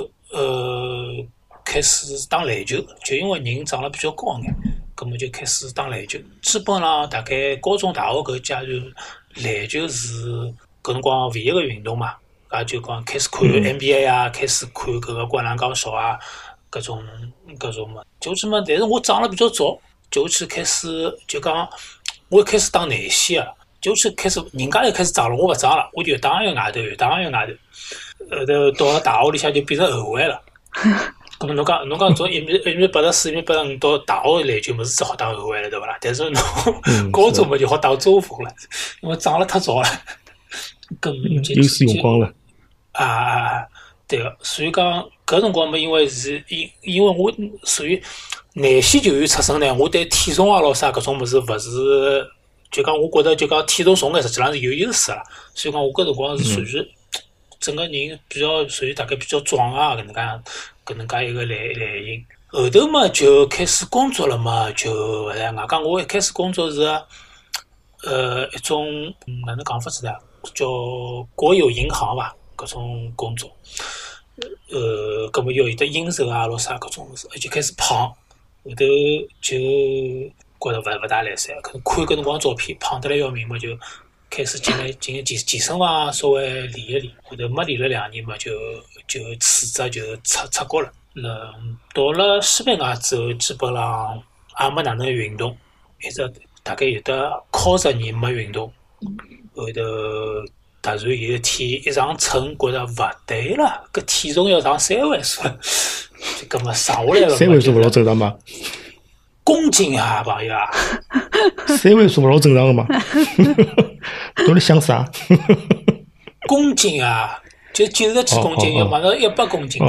Speaker 3: 开始打篮球，就因为人长了比较高眼。咁么就开始打篮球，基本上大概高中、大学搿阶段，篮球是搿辰光唯一个运动嘛。也就讲开始看 NBA 啊，开始看搿个灌篮高手啊，搿种嘛。就是嘛，但是我长了比较早，就去开始就讲，我一开始打内线啊，就去开始人家又开始长了，我勿长了，我就越打越外头，越打越外头。后头到了大学里向就变成后卫了。咁么侬讲从1.84米、1.85米到大学篮球，么是只好打后卫了，对勿啦？但是侬高中嘛就好打中锋了，因为长了太早了，
Speaker 1: 优势用光了。
Speaker 3: 对个。所以讲搿辰光嘛，因为我属于内线球员出身呢，我对体重啊咾啥搿种物事勿是，就讲我觉着就讲体重重眼实际上是有优势啦。所以讲我搿辰光是属于整个人比较属于大概比较壮啊搿能介一个类型。后头嘛就开始工作了嘛，就勿然外讲我一开始工作是一种哪能讲法子呢？叫国有银行伐，搿种工作。搿么要有得应酬啊咾啥搿种物事，就开始胖，后头就觉着勿大来三，可能看搿辰光照片胖得来要命嘛，就开始进健身房稍微练一练，后头没练了2年嘛，就辞职就出国了。到了西班牙之后，基本上也没哪能运动，一直大概有得靠10年没运动。后头突然有一天一上称，觉着勿对了，搿体重要上3位数了，就搿么上下来了。
Speaker 1: 3位数勿老正常嘛？
Speaker 3: 公斤啊，朋友啊
Speaker 1: ！3位数勿老正常个嘛？侬辣想啥？
Speaker 3: 公斤啊，就90几公斤，要马上100公斤。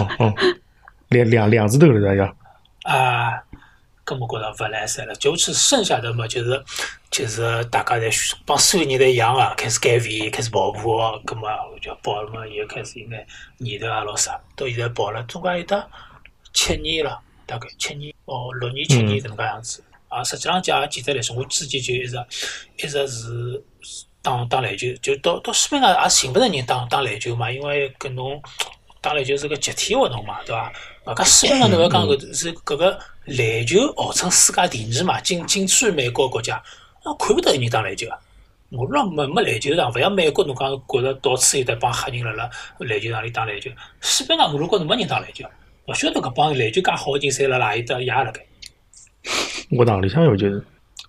Speaker 1: 两字头了，大家。
Speaker 3: 搿么觉着勿来三了，就去剩下的嘛，就是大家侪帮所有人侪一样啊，开始减肥，开始跑步，搿么就跑了嘛，又开始有眼念头啊咾啥，到现在跑了总归有得7年了，大概7年6年7年搿能介样子。实际上讲也简单来说，我之前就一直是打篮球，就到西班牙也寻勿着人打篮球嘛，因为搿侬打篮球是个集体活动嘛，对伐？搿西班牙侬要讲搿个篮球号称世界第2嘛，仅次于美国国家，看勿到有人打篮球啊！我让没篮球场，勿像美国侬讲觉着到处有得帮黑人辣篮球场里打篮球，西班牙马路高头没人打篮球，勿晓得搿帮篮球介好的人侪辣哪里搭野辣盖。
Speaker 1: 学堂里向要就是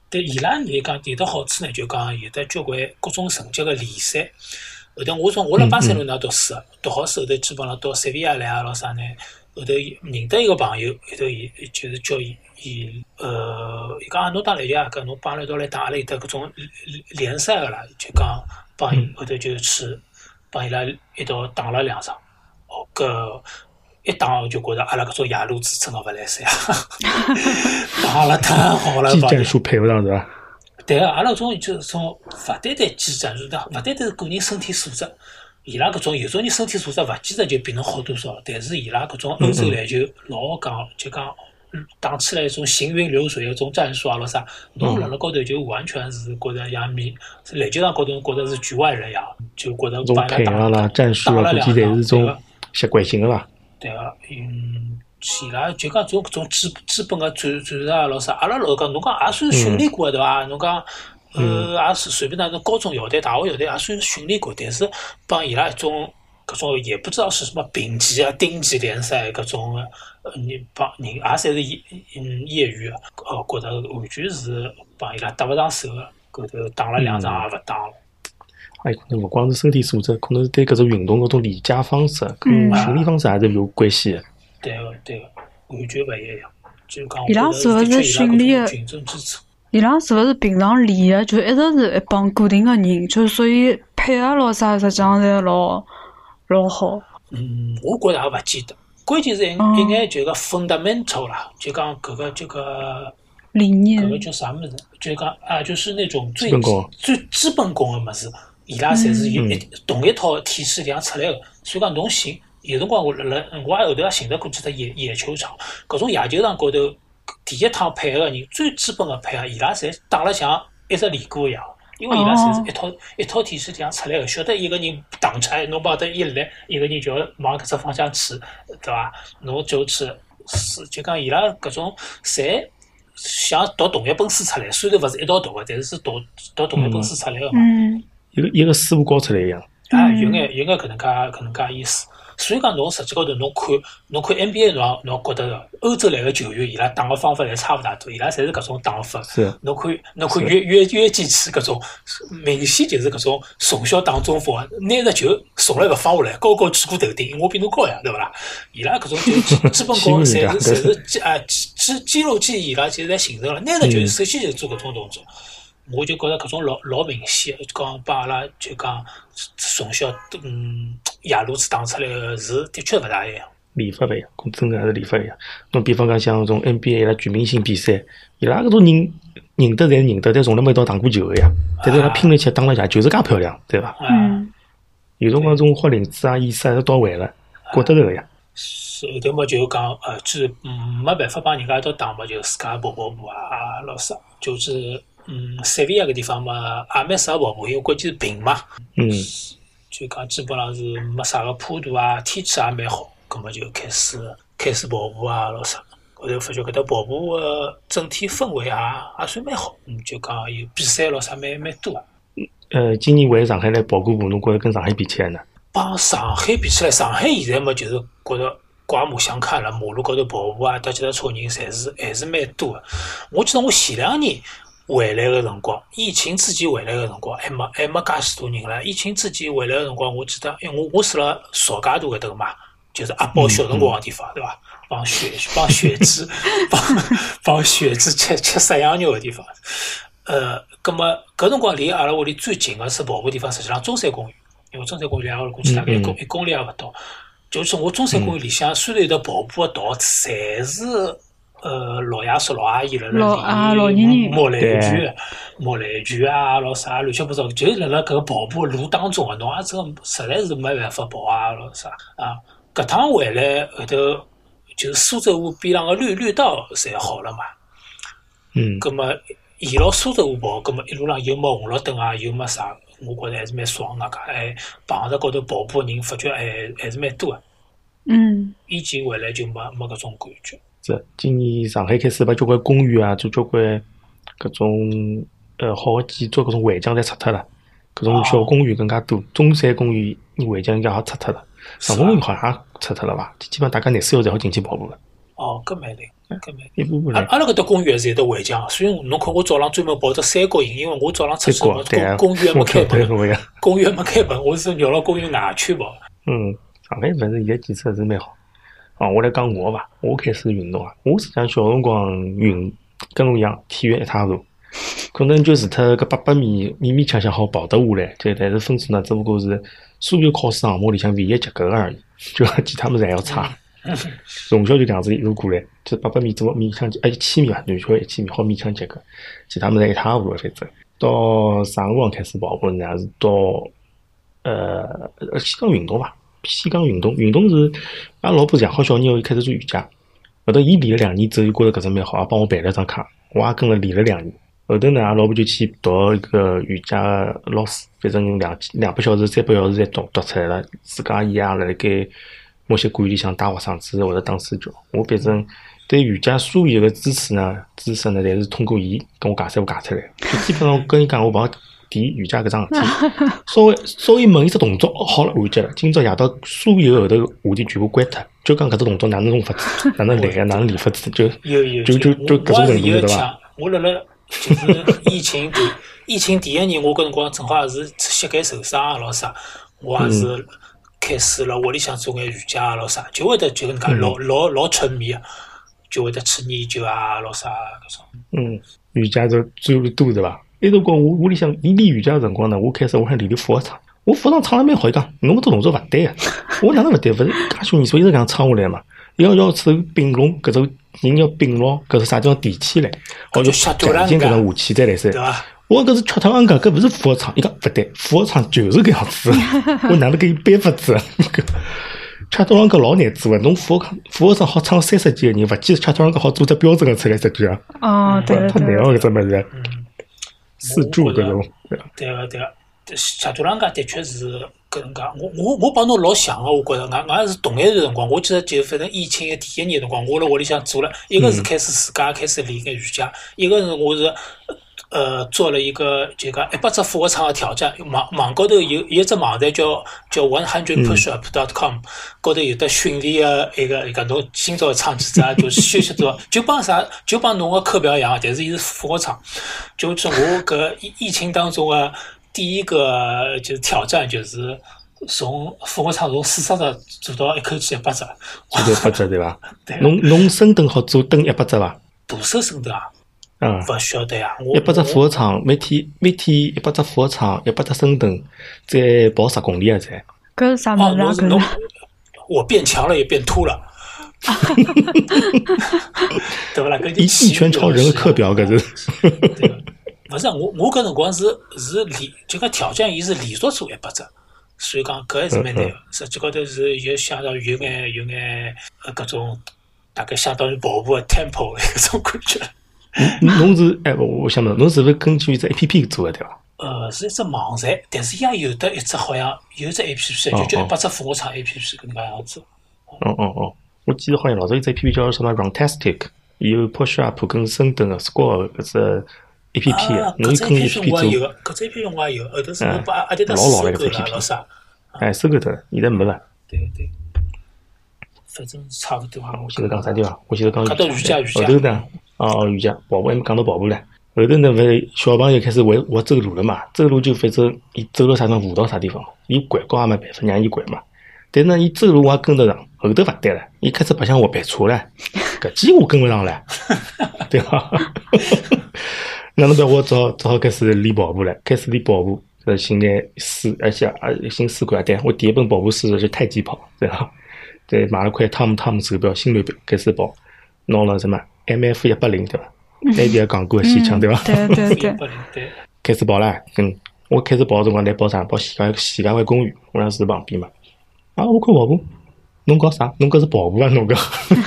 Speaker 3: 对伊拉你讲有的好处呢，就讲有的交关各种层级个联赛。后头我辣巴塞罗那读书，读好书后头基本上到塞维亚来啊，老啥呢？后头认得一个朋友，后头伊就是叫伊伊讲侬打篮球啊，搿侬帮阿拉一道来打，阿拉有得搿种联赛个啦，就讲帮伊后头就去帮伊拉一道打了2场。哦，搿一打我就觉着阿拉搿种野路子真个勿来三啊，打了太好了，
Speaker 1: 技战术配合上是伐？
Speaker 3: 对个，阿拉种就是种勿单单技战术，勿单单是个人身体素质，伊拉搿种有种人身体素质勿见得就比侬好多少，但是伊拉搿种欧洲篮球老讲就讲打起来一种行云流水一种战术啊，咾啥，侬辣辣高头就完全是觉着像篮球场高头觉着是局外人一样，就觉着
Speaker 1: 种配合啦、战术啊，估计侪是种习惯性个伐？
Speaker 3: 对个，伊拉就讲种搿种基本个战术啊，咾啥，阿拉老讲侬讲也算训练过个对伐？侬讲也是随便那种高中校队、大学校队也算训练过，但是帮伊拉一种搿种也不知道是什么丙级啊、丁级联赛搿种，你帮人也侪是业余个，觉着完全是帮伊拉搭勿上手个，搿头打了2场也勿打了。
Speaker 1: 可能勿光是身体素质，可能是对搿种运动搿种理解方式、跟训练方式也是有关系的。
Speaker 3: 对个，完全勿一样。就讲
Speaker 2: 伊拉是勿是训练的？
Speaker 3: 群众支持。
Speaker 2: 伊拉是勿是平常练的就一直是一帮固定个人，就所以配合咯啥，实际上侪老好。
Speaker 3: 我觉着也勿见得。关键是一眼就个 fundamental 啦，就讲搿个
Speaker 2: 理念，
Speaker 3: 搿个叫啥物事？就讲啊，就是那种最基本功个物事，伊拉侪是有同一套体系里向出来个。所以讲侬寻有辰光我后头也寻得过几只野球场，搿种野球场高头第一趟配合个人最基本个配合，伊拉侪打了像一直练过一样。因为伊拉侪是一套体系里向出来个，晓得一个人打出来，侬帮他一来，一个人就要往搿只方向去，对伐？侬就去，就讲伊拉搿种侪像读同一本书出来，虽然勿是一道读个，但是读同一本书出来个嘛。
Speaker 1: 一个师傅教出来一样。
Speaker 3: 有眼搿能介意思。所以讲，侬实际高头侬看 NBA， 侬觉得欧洲来个球员，伊拉打个方法侪差勿大多，伊拉侪是搿种打法。侬看约基奇搿种，明显就是搿种从小打中锋，拿着球送了一个放下来，高高举过头顶，我比侬高呀，对勿啦？伊拉搿种就基本功侪是肌肉记忆，伊拉其实侪形成了，拿着球首先就做搿种动作。我就觉着搿种老明显，讲帮阿拉就讲从小野路子打出来个是的确勿大一样。
Speaker 1: 练法勿一样，真个还是练法一样。侬比方讲像种 NBA 伊拉全明星比赛，伊拉搿种人认得侪认得，但从来没一道打过球个呀。但是伊拉拼了起打了下，就是介漂亮，对伐？有辰光种花领子啊、意思啊到位了，觉得着个呀。
Speaker 3: 后头嘛就讲就是没办法帮人家一道打嘛，就自家跑步啊，老啥就是。塞维亚搿地方嘛，也蛮适合跑步，因为关键是平嘛。就讲基本上是没啥个坡度啊，天气也蛮好，葛末就开始跑步啊，老啥。后头发觉搿搭跑步个整体氛围也算蛮好。就讲有比赛咯啥蛮多。
Speaker 1: 今年为上海来跑过步，侬觉着跟上海比起来呢？
Speaker 3: 帮上海比起来，上海现在嘛就是觉着刮目相看了，马路高头跑步啊、踏脚踏车人还是蛮多个。我记得我前2年。回来个辰光，疫情之前回来个辰光，还没介许多人了。疫情之前回来个辰光，我记得，因为我住辣邵家渡搿搭个嘛，就是阿宝小辰光个地方，对伐？帮血脂帮血脂吃杀羊肉个地方。葛末搿辰光离阿拉屋里最近个是跑步地方，实际上中山公园，因为中山公园离阿拉过去大概1公里也勿到。就是我中山公园里向虽然有得跑步个道，侪是。老爷叔、老阿姨辣辣练摸篮球啊，老啥乱七八糟，就辣辣搿个跑步路当中个，侬也真个实在是没办法跑啊，老啥啊。搿趟回来后头，就是苏州河边浪个绿道侪好了嘛。葛末沿牢苏州河跑，葛末一路浪又没红绿灯啊，又没啥，我觉着还是蛮爽个。碰着高头跑步个人，发觉还是蛮多个。以前回来就没搿种感觉。
Speaker 1: 今年上海开始把交关公园啊，做交关搿种好个建筑，搿种围墙侪拆脱了，搿种小公园更加多。中山公园围墙应该也拆脱了，上海公园好像也拆脱了伐？基本上大家廿4小时好进去跑步了。
Speaker 3: 哦，搿蛮灵，搿蛮灵。
Speaker 1: 一步步来。
Speaker 3: 阿拉搿搭公园是有得围墙，所以侬看我早浪专门跑到山高营，因为我早浪出去公园没开门，公园没开门，我是绕牢公园外圈跑。
Speaker 1: 上海反正现在建设是蛮好。我来讲我吧，我开始运动啊。我实际上小辰光跟侬一样，体育一塌糊涂，可能就除脱搿800米勉勉强强好跑得下来，但是分数呢，只不过是所有考试项目里向唯一及格而已，就其他么子还要差。从小就这样子一路过来，就800米做勉强1000米吧，男小1000米好勉强及格，其他么子一塌糊涂。反正到啥辰光开始跑步呢？是到先讲运动吧。先讲运动是阿拉老婆养好小人后开始做瑜伽，后头伊练了2年之后，觉得搿只蛮好，也帮我办了张卡，我也跟了练了2年。后头呢，阿拉老婆就去读一个瑜伽老师，反正200小时、300小时才读出来了。自家伊也辣盖某些馆里向带学生子或者当私教。我反正对瑜伽所有的知识呢，侪是通过伊跟我解释我解出来。就基本上跟伊讲，我帮提瑜伽搿桩事体，稍微问一只动作，好了，完结了。今朝夜到所有后头话题全部关脱，就讲搿只动作哪能弄法子，哪能来个，哪能练法子，就搿种程度对伐？
Speaker 3: 我辣辣就是疫情第1年，我搿辰光正好也是膝盖受伤啊，咾啥，我也是开始辣屋里向做眼瑜伽啊，咾啥，就会得就搿能介老沉迷啊，就会得吃研究啊，咾啥搿种。
Speaker 1: 瑜伽就最多对伐？那辰光我屋里向练瑜伽的辰光呢，我开始我想练俯卧撑。我俯卧撑撑了蛮好，伊讲侬搿只动作勿对个，我哪能勿对？勿是介小年数一直搿样撑下来嘛？要手并拢，搿只人要并牢，搿是啥地方提起来，好就脚尖搿能下去再来噻。我搿是吃脱昂讲，搿勿是俯卧撑，伊讲勿对，俯卧撑就是搿样子。我哪能给伊掰法子？吃脱昂讲老难做个，侬俯卧撑好撑30几个人，勿记得吃脱昂讲好做只标准个出来，实际上。
Speaker 2: 对。
Speaker 1: 太难了搿只物事。四柱搿种，
Speaker 3: 对个，斜头浪家的确是搿能介。我帮侬老像个，我觉着，俺也是同一段辰光。我记得就反正疫情的第1年辰光，我辣屋里向做了，一个是开始自家开始练个瑜伽，一个是我是做了一个就讲100只俯卧撑的挑战。网高头有一只网站叫 100pushup.com， 高头有得训练个一个侬今朝撑几只，就是休息多少，就帮侬个课表一样，但是伊是俯卧撑。就是我搿疫情当中的第一个就是挑战，就是从俯卧撑从40只做到一口气100只。
Speaker 1: 做到100只对伐？侬深蹲好做蹲100只伐？
Speaker 3: 徒手深蹲啊？勿晓得呀。
Speaker 1: 100只俯卧撑，每天100只俯卧撑，100只深蹲，再跑10公里啊！才。
Speaker 2: 搿是啥物事啊？
Speaker 3: 我变强了也变秃了。对勿啦？搿
Speaker 1: 一拳超人的课表搿是。
Speaker 3: 对个，勿是我搿辰光是连就讲挑战伊是连续做100只，所以讲搿还是蛮难个。实际高头是有相当于有眼搿种大概相当于跑步的 tempo 搿种感觉。
Speaker 1: 侬是我想问，侬是勿是根据一只 APP 做的对伐？
Speaker 3: 是一只网站，但是也有的一只好像有一只 APP， 就叫100只俯卧撑 APP 搿能介样子。
Speaker 1: 我记得好像老早有只 APP 叫什么 Runtastic， 有 push up 跟深蹲的 squat 搿只 APP 的，侬可以 APP 做。
Speaker 3: 搿只 APP 我也有，后头是我把阿迪达斯收购了，老啥？
Speaker 1: 收购脱了，现在没了。
Speaker 3: 对，反正差勿多。
Speaker 1: 我现在讲啥地方？我现在讲
Speaker 3: 瑜伽。
Speaker 1: 后头呢？瑜伽跑步还没讲到跑步唻。后头呢，勿是小朋友开始会走路了嘛？走路就反正伊走到啥地方，扶到啥地方，伊掼高也没办法让伊掼嘛。但是呢，伊走路我也跟得上，后头勿对了，伊开始白相滑板车唻，搿记我跟勿上唻，对伐？哪能办？我只好开始练跑步了。开始练跑步，新来书，而且新书馆对，我第一本跑步书是太极跑，对伐？再买了块汤姆手表、心率表，开始跑，拿了什么 MF180，对伐？那边也讲过西腔，对伐？
Speaker 2: 对。
Speaker 1: 开始跑了，我开始跑的辰光来跑啥？跑徐家汇公园，我那是旁边嘛。我看跑步，侬搞啥？侬搿是跑步啊？侬搿？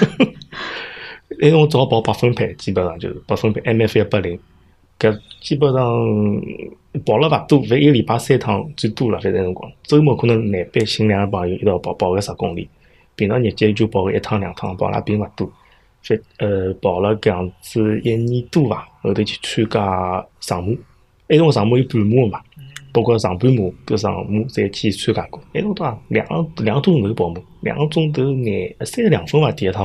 Speaker 1: 我只好跑8分配，基本上就是8分配 MF180，搿基本上跑了勿多，一个礼拜3趟最多了，反正辰光。周末可能难办寻2个朋友一道跑个10公里，平常日节就跑个1趟2趟，跑了并勿多。跑了搿样子1年多伐，后头去参加长马，那辰光长马有半马嘛，包括上半马跟长马侪去参加过。那辰光2个多钟头跑马，2个钟头眼32分伐，第一趟跑了，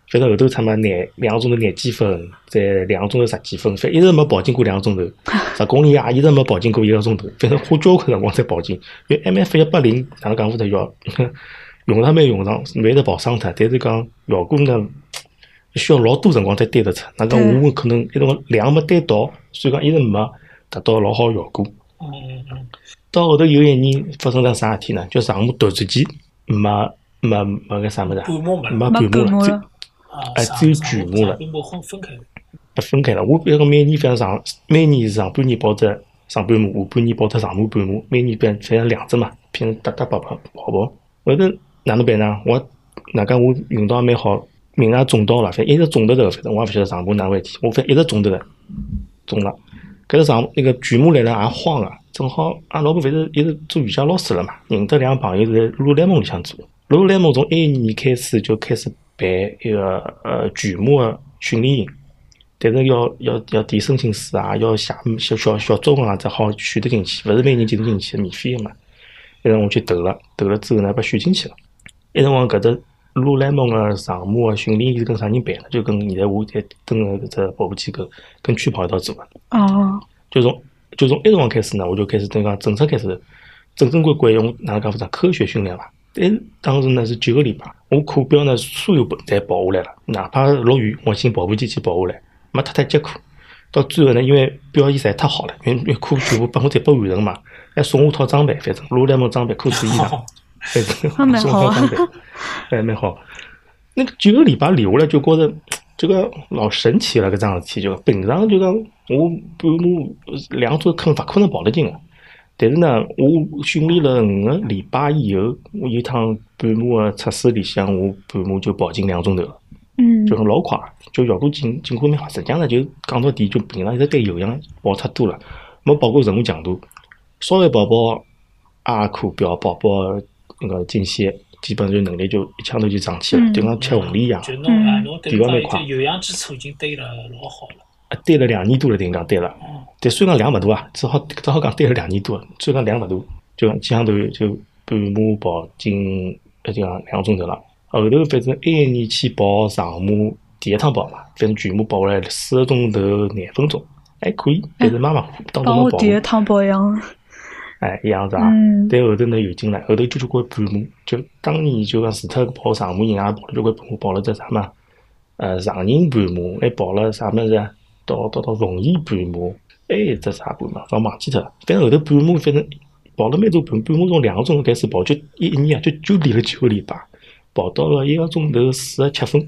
Speaker 1: 反正后头他妈2个钟头廿几分，再2个钟头10几分，反正一直没跑进过2个钟头，10公里也一直没跑进过1个钟头，反正花交关辰光才跑进。因为 MF180哪能讲法子要用上没用上，万一得跑伤脱，但是讲效果呢需要老多辰光才对得出。那讲我可能一辰光量没对到，所以讲一直没达到老好效果。到后头有一年发生了啥事体呢？叫项目突然间没个啥么子，没半马了，只有全马了。分开了。我比如讲每年反正每年上半年跑只上半马，下半年跑只上马半马，每年反正2只嘛，偏打跑。后头哪能办呢？我运道也蛮好，命也中到了，反正一直中得头，反正我也勿晓得上马哪回事体，我反正一直中得头，中了。搿是那个全马来了也慌啊，正好俺老婆反正一直做瑜伽老师了嘛，认得2个朋友在露莱蒙里向做。露莱蒙从1年开始就开始办一个全马的训练营，但是要填申请书啊，要小组啊才好选得进去，勿是每年进得进去，免费的嘛。一辰我去投了之后呢，被选进去了。一辰光搿只露莱蒙的上马的训练营是跟啥人办的？就跟现在我在跟个搿只跑步机构跟区跑一道做的。就从一辰光开始呢，我就开始等于讲正式开始正规用哪能讲法子科学训练嘛。但当时呢是9个礼拜，我课表呢所有侪跑下来了，哪怕落雨，我先跑步机去跑下来，没太艰苦。到最后呢，因为表现实在太好了，因为课全部100%完成嘛，还送我套装备，反正露莱蒙装备、裤子、衣裳，反正送我套装备，还蛮好。那个9个礼拜留下来，就觉得这个老神奇了，搿桩事体就平常就讲我半马2周坑勿可能跑得进的。但是呢，我训练了5个礼拜以后，我有一趟半马的测试里向，我半马就跑进2钟头了，就很老快，就效果进步蛮好。实际上呢，就讲到底，就平常一直对有氧跑太多了，没跑过任何强度，稍微跑阿课表，跑那个间歇，基本就能力就一枪头就上去了，就像吃红利一样，提高蛮快。
Speaker 3: 有氧基础已经对了老好了。
Speaker 1: 对了2年多了，等于讲对了。但虽然量勿大啊，只好讲对了2年多，虽然量勿大，就几项头就半马跑进就讲2钟头了。后头反正1年去跑长马，第一趟跑嘛，反正全马跑下来4个钟头9分钟，还可以，但是马马虎虎当中没跑。
Speaker 2: 我第一趟跑一样。
Speaker 1: 一样是吧？但后头呢有劲了，后头就交关半马，就当年就讲除脱跑长马以外，跑了交关半马，跑了只啥嘛？长人半马，还跑了啥么子？到奉贤半马，还有只啥半马，我忘记脱了。反正后头半马，反正跑了蛮多半马从2个钟头开始跑，就一年啊，就练了9个礼拜，跑到了1个钟头47分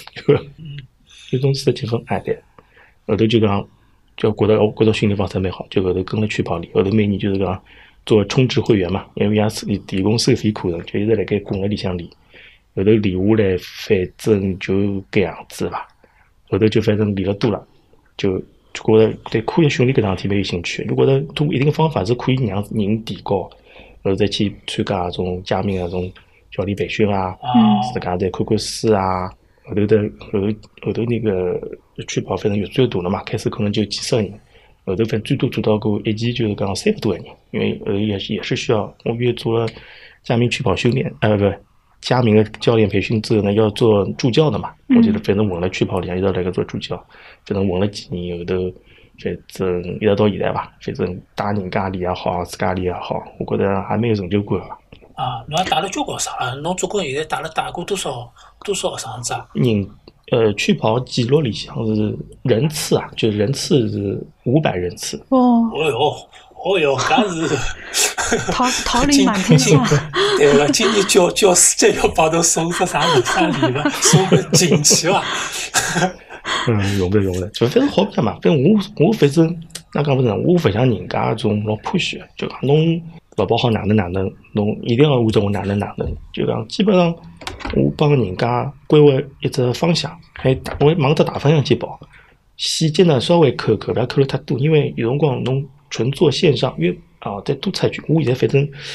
Speaker 1: ，1钟47分，对。后头就讲，就觉得训练方式蛮好，就后头跟了区跑练，后头每年就是讲做充值会员嘛，因为也是提供收费课程，就一直辣盖馆里向练。后头练下来，反正就搿样子吧。后头就反正练了多了。就觉得对科学训练搿桩事体蛮有兴趣，就觉得通过一定方法是可以让人提高，然后再去参加那种佳明那种教练培训啊，自家再看看书啊，后头那个区跑反正越做越大了嘛，开始可能就几十个人，后头反正最多做到过一期就是讲30多个人，因为也是需要我越做了佳明区跑训练，佳明的教练培训之后呢，要做助教的嘛。我觉得反正混了区跑里向一直辣盖做助教，反正混了几年后头，反正一直到现在吧，反正带人家练也好，自家练也好，我觉得还蛮有成就感的。
Speaker 3: 侬也带了交关学生了，侬总共现在带过多少学生子啊？
Speaker 1: 区跑记录里向是人次啊，就人次是500人次。
Speaker 3: 哦哟，搿是
Speaker 2: 桃李满天下。
Speaker 3: 对了，今年教师节要帮侬送个啥礼物，送个锦旗伐？
Speaker 1: 用不了，就反正好白嘛。反正我反正那讲不是，我勿像人家种老pushy许，就讲侬老跑好哪能，侬一定要按照我哪能，就讲基本上我帮人家规划一只方向，我往只大方向去跑，细节呢稍微扣不要扣了太多，因为有辰光侬纯做线上，因为再多插一句，我现在反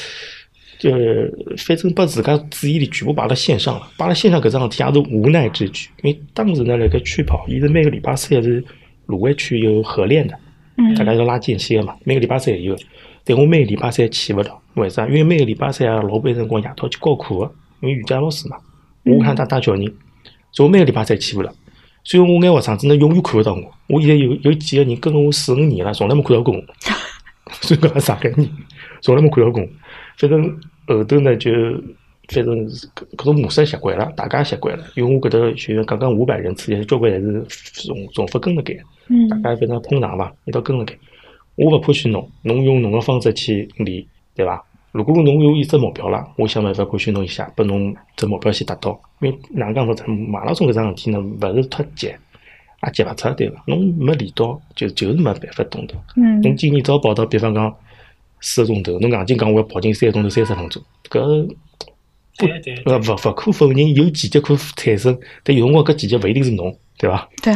Speaker 1: 正把自家注意力全部摆到线上了，摆到线上搿桩事体也是无奈之举，因为当时呢辣盖区跑，伊是每个礼拜3是卢湾区有合练的，大家要拉间歇嘛，每个礼拜3有，但我每个礼拜3去勿到，为啥？因为每个礼拜3老板辰光夜到去教课的，因为瑜伽老师嘛，我看带教人， 所以我每个礼拜侪去勿了。所以我眼学生子呢永远看勿到我。我现在有几个人跟了我4、5年了，从来没看到过我。所以讲上海人从来没看到过我。反正后头呢就反正搿种模式习惯了，大家习惯了。因为我搿搭学员刚刚500人次，交关还是重复跟了盖，大家反正捧场伐，一道跟了盖。我勿欢喜侬，侬用侬个方式去练，对伐？如果侬有一只目标了，我想办法欢喜侬一下，拨侬只目标先达到。因为哪能讲法子，马拉松搿桩事体呢，勿是忒急，也急勿出，对伐？侬没练到，就是没办法动的。侬今年早跑到，比方讲4个钟头，侬硬劲讲我要跑进3个钟头30分钟，搿勿可否认有奇迹可产生，但有辰光搿奇迹勿一定是侬，对伐？
Speaker 2: 对。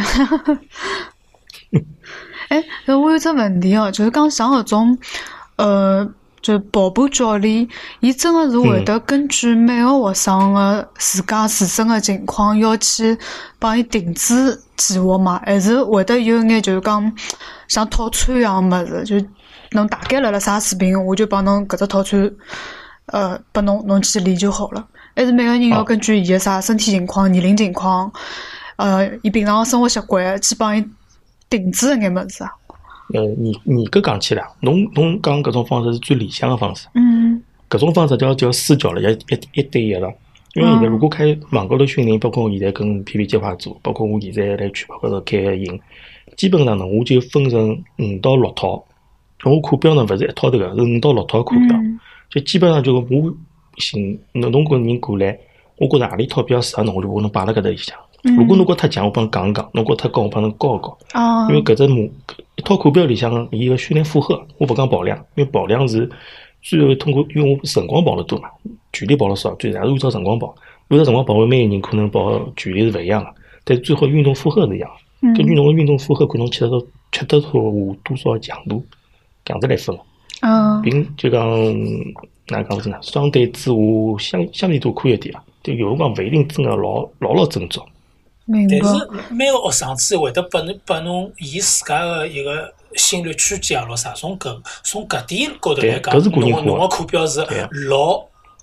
Speaker 2: 哎，我有只问题哦，就是讲像搿种就跑步教练，伊真的是会得根据每个学生的自家自身的情况，要去帮伊定制计划嘛？还是会得有眼就是讲像套餐一样物事，就侬大概辣啥水平，我就帮侬搿只套餐，拨侬去练就好了。还是每个人要根据伊个啥身体情况、年龄情况，伊平常生活习惯去帮伊定制一眼物事啊。
Speaker 1: 你搿讲起来，侬讲搿种方式是最理想的方式。搿种方式叫私教了，也一对一了。因为现在如果开网高头训练，包括我现在跟 PP 计划做，包括我现在来全跑高头开个营，基本上呢，我就分成5到6套。我课表呢勿是一套头个，是5到6套课表。就基本上就我寻侬搿人过来，我觉着何里套比较适合侬，我就把侬摆辣搿搭里向。如果侬觉太强，我帮侬讲一讲；侬觉太高，我帮侬教一教。因为搿只一套课表里向伊个训练负荷，我勿讲跑量，因为跑量是最后通过，因为我辰光跑得多嘛，距离跑得少，最还是按照辰光跑。按照辰光跑，每个人可能跑距离是勿一样的，但最后运动负荷是一样的。根据侬个运动负荷，看侬吃得脱多少强度，搿样子来分。并就讲哪讲子呢？相对之下相对多科学点啊，就有辰光勿一定真个老正宗。
Speaker 3: 但是每个学生子会得拨侬以自家个一个心率区间咯啥，从搿点高头来讲，侬个课表是老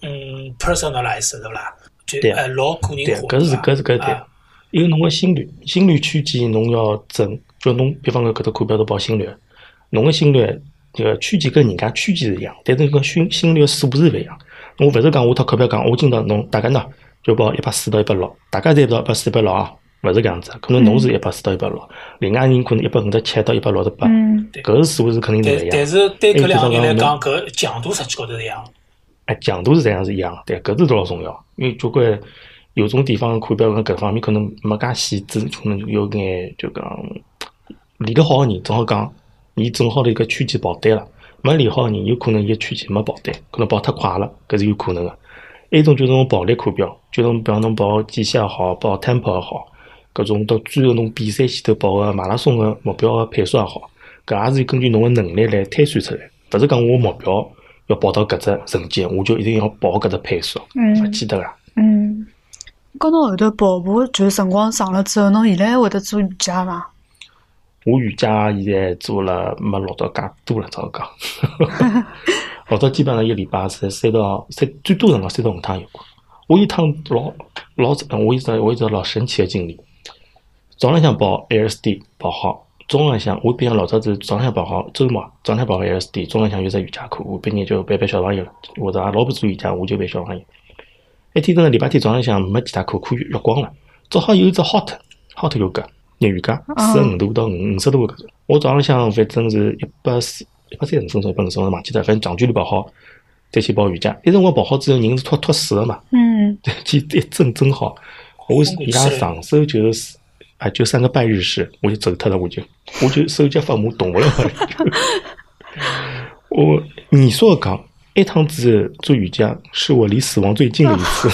Speaker 3: personalize 对勿啦？就老个人化。
Speaker 1: 搿是对。因为侬个心率区间侬要正，就侬比方讲搿只课表是跑心率，侬个心率这个区间跟人家区间是一样，但是搿心率个数字勿一样。侬勿是讲我套课表讲，我今朝侬大概呢就跑140到160，大家侪跑140、160啊，勿是搿样子。可能侬是140到160，另外人可能157到168，搿个数是肯定是勿一样。
Speaker 3: 但是对搿两个人来讲，搿强度实际高头是一样。
Speaker 1: 强度是这样是一样，对，搿是老重要。因为交关有种地方课表跟搿方面可能没介细致，可能有眼就讲练得好个人，正好讲，伊正好的一个区间跑对了。没练好个人，有可能伊个区间没跑对，可能跑太快了，搿是有可能个。还有一种就是侬跑力课表，就侬比方侬跑间歇也好，跑 tempo 也好，搿种到最后侬比赛前头跑个马拉松个目标个配速也好，搿也是根据侬个能力来推算出来。勿是讲我目标要跑到搿只成绩，我就一定要跑搿只配速，勿记得个。
Speaker 2: 讲到后头跑步，就是辰光长了之后，侬现在还会得做瑜伽伐？
Speaker 1: 我瑜伽现在做了没落到介多了，早讲。老早基本上一个礼拜是最多辰光3到5趟有过。我一趟我一直老神奇的经历。早浪向跑 LSD 跑好，中浪向我毕竟老早子早浪向跑好，周末早浪向跑 LSD， 中浪向有只瑜伽课，我毕业就陪小朋友了，或者俺老婆做瑜伽，我就陪小朋友。一天礼拜天早浪向没其他课约光了，正好有一只 hot yoga 日瑜伽，45度到50度搿种。我早浪向反正是130分钟，150分钟，忘记脱，反正长距离跑好，再去跑瑜伽。一辰光跑好之后，人是脱水了嘛，去一整好。我伊拉上手就3个半日式，我就走脱了，我就手脚发麻，动不了了。我你说讲。一趟子做瑜伽是我离死亡最近的一次，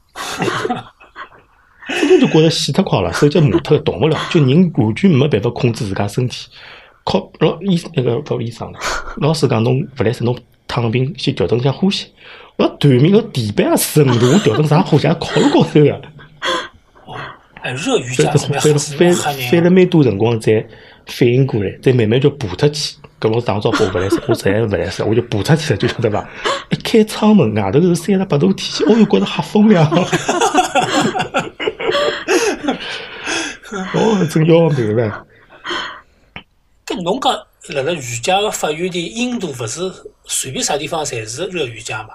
Speaker 1: 我就觉得死太快了，手脚麻脱，动不了，就人完全没办法控制自家身体。靠医生了，老师讲侬勿来塞，侬躺平去调整一下呼吸。我断命个地板也45度，我调整啥呼吸？靠了高头呀！
Speaker 3: 热瑜伽
Speaker 1: 翻了蛮多辰光才反应过来，再慢慢就爬脱去。搿老师打招呼勿来塞，我实在勿来塞，我就爬出去了，就晓得伐？一开窗门，外头是38度天气，我就觉着吓疯了。 哦，真要命了。
Speaker 3: 搿侬讲辣瑜伽个发源地印度，勿是随便啥地方侪是热瑜伽嘛？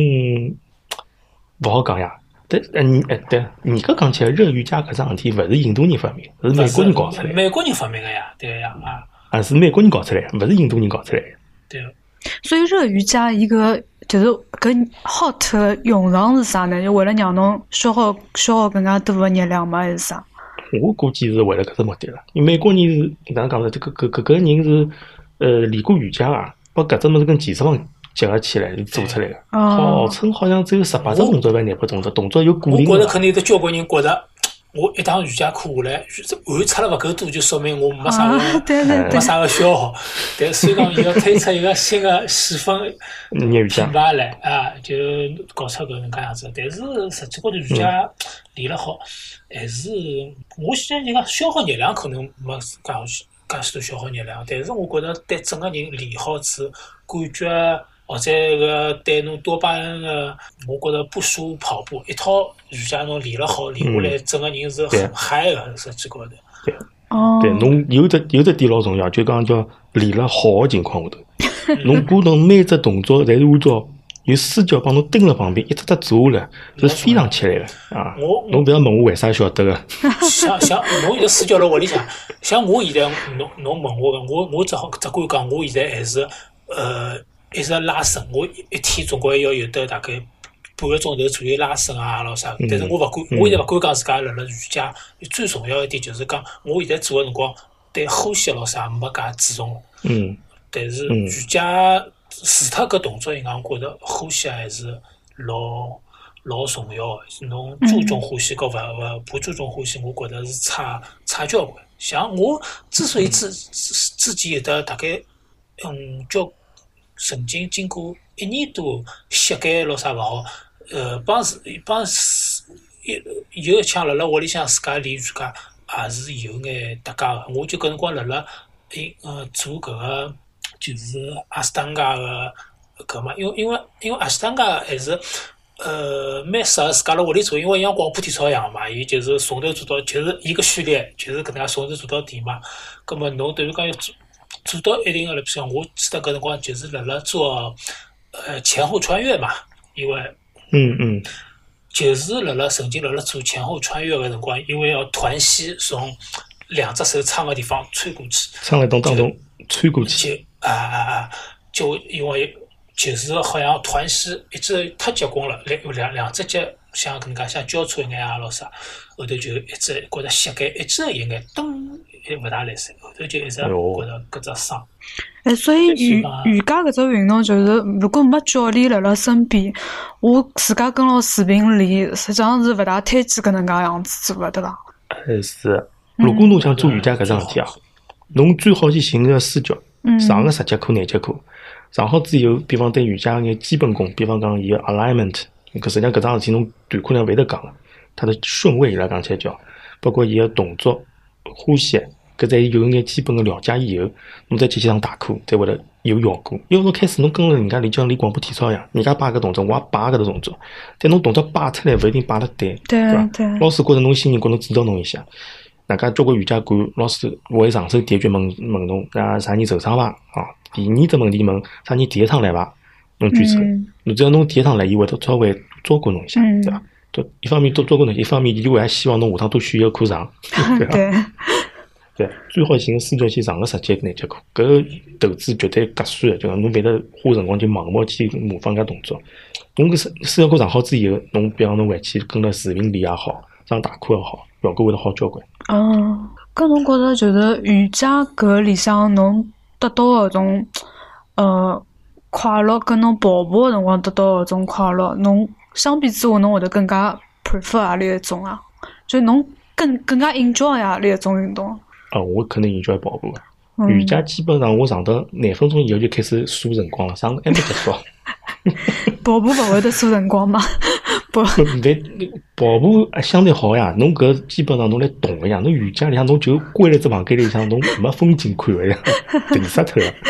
Speaker 1: 勿好讲呀。对，你搿讲起来，热瑜伽搿桩事体勿是印度人发明，是美国人搞出来。
Speaker 3: 美国人发明个呀，对呀
Speaker 1: 是美国人搞出来，勿是印度人搞出来。
Speaker 3: 对。
Speaker 2: 所以热瑜伽一个就是搿 hot 的用场是啥呢？就为了让侬消耗更加多的热量吗？还是啥？
Speaker 1: 我估计是为了搿只目的了。因为美国人是哪能讲呢？搿人是练过瑜伽啊，把搿只物事跟健身房结合起来做出来个。号称好像只有18只动作还200动作，动作有固定。
Speaker 3: 我觉着肯定有得交关人觉着，我一堂瑜伽课下来，汗出了勿够多，就说明我没啥个没啥个消耗。但所以讲，伊要推出一个新的细分品牌来就搞出搿能介样子。但是实际高头瑜伽练了好，还是我相信讲消耗热量可能没介许多消耗热量，但是我觉着对整个人练好之后，感觉。或者个对侬多巴胺个，我觉着不输跑步。一套瑜伽侬练了好，练下来整个人是很嗨个，实际高头。
Speaker 1: 对，侬有只点老重要，就讲叫练了好个情况下头，侬果侬每只动作侪是按照有私教帮侬盯辣旁边，一只只做下来，是非常吃力个啊！侬勿要问我为啥晓得个。
Speaker 3: 像侬有私教辣屋里向，像我现在侬问我个，我只管讲，我现在还是一直拉伸，我一天总归要有得大概半个钟头左右拉伸啊，咾啥。但是我现在勿敢讲自家辣瑜伽最重要一点就是讲，我现在做个辰光对呼吸咾啥没介注重。但是瑜伽除脱搿动作以外，我觉着呼吸还是老重要个。侬注重呼吸和不注重呼吸，我觉着是差交关。像我之所以自己有得大概曾经经过1年多膝盖咾啥勿好，有一腔辣辣屋里向自家练瑜伽，也是有眼搭界个。我就搿辰光辣辣做搿个就是阿斯汤加个搿嘛，因为阿斯汤加还是蛮适合自家辣屋里做，因为像广播体操一样嘛，伊就是从头做到，就是一个序列，就是搿能介从头做到底嘛。葛末侬等于讲要做到一定个，比如讲，我记得搿辰光就是辣辣做前后穿越嘛，因为就是曾经辣辣做前后穿越个辰光，因为要团吸从2只手撑个地方穿过去，
Speaker 1: 撑来当中穿过去，
Speaker 3: 就因为就是好像团吸一直太结棍了，两只脚像搿能介像交错一眼咾啥，后头就一直觉着膝盖一直有眼勿大来塞，后头就一直觉着搿只伤。
Speaker 2: 所以瑜伽搿只运动就是，如果没教练辣辣身边，我自家跟牢视频练，实际上是勿大推荐搿能介样子做个，对伐？
Speaker 1: 是。如果侬想做瑜伽搿桩事体啊，侬最好去寻个私教，上个10节课、9节课，上好之后，比方对瑜伽眼基本功，比方讲伊个 alignment，实际上搿桩事体侬团课量勿会得讲个，它的顺位伊拉讲起来叫，包括伊个动作、呼吸。搿再有眼基本个了解以后，侬再去上大课，才会得有效果。因为侬开始侬跟着人家练，就像练广播体操一样，人家摆搿动作，我也摆搿个动作，但侬动作摆出来勿一定摆得对，对伐？老师觉着侬新人，觉侬指导侬一下。大家交关瑜伽馆，老师会上手第一句问侬，啥人受伤伐？第二只问题问啥人第一趟来伐？侬举手，侬只要侬第一趟来，伊会得稍微照顾侬一下，对伐？一方面多照顾侬，一方面伊还希望侬下趟多选一个课上，对伐？对，最好寻个私教去上个10节9节课，搿个投资绝对合算的，就讲侬勿会得花辰光去盲目去模仿搿动作。侬搿私教课上好之后，侬比方侬回去跟了视频练也好，上大课也好，效果会得好交关。
Speaker 2: 搿侬觉着就是瑜伽搿里向侬得到搿种快乐，跟侬跑步个辰光得到搿种快乐，侬相比之下侬会得更加 prefer 何里一种啊？就侬更加 enjoy 何里一种运动？
Speaker 1: 我肯定enjoy跑步个。瑜伽基本上我上到2分钟以后就开始数辰光了，上还没结束。
Speaker 2: 跑步勿会得数辰光吗？不，
Speaker 1: 跑步相对好呀。侬搿基本上侬来动个呀，侬瑜伽里向侬就关辣只房间里向，侬没风景看个呀，停死脱了。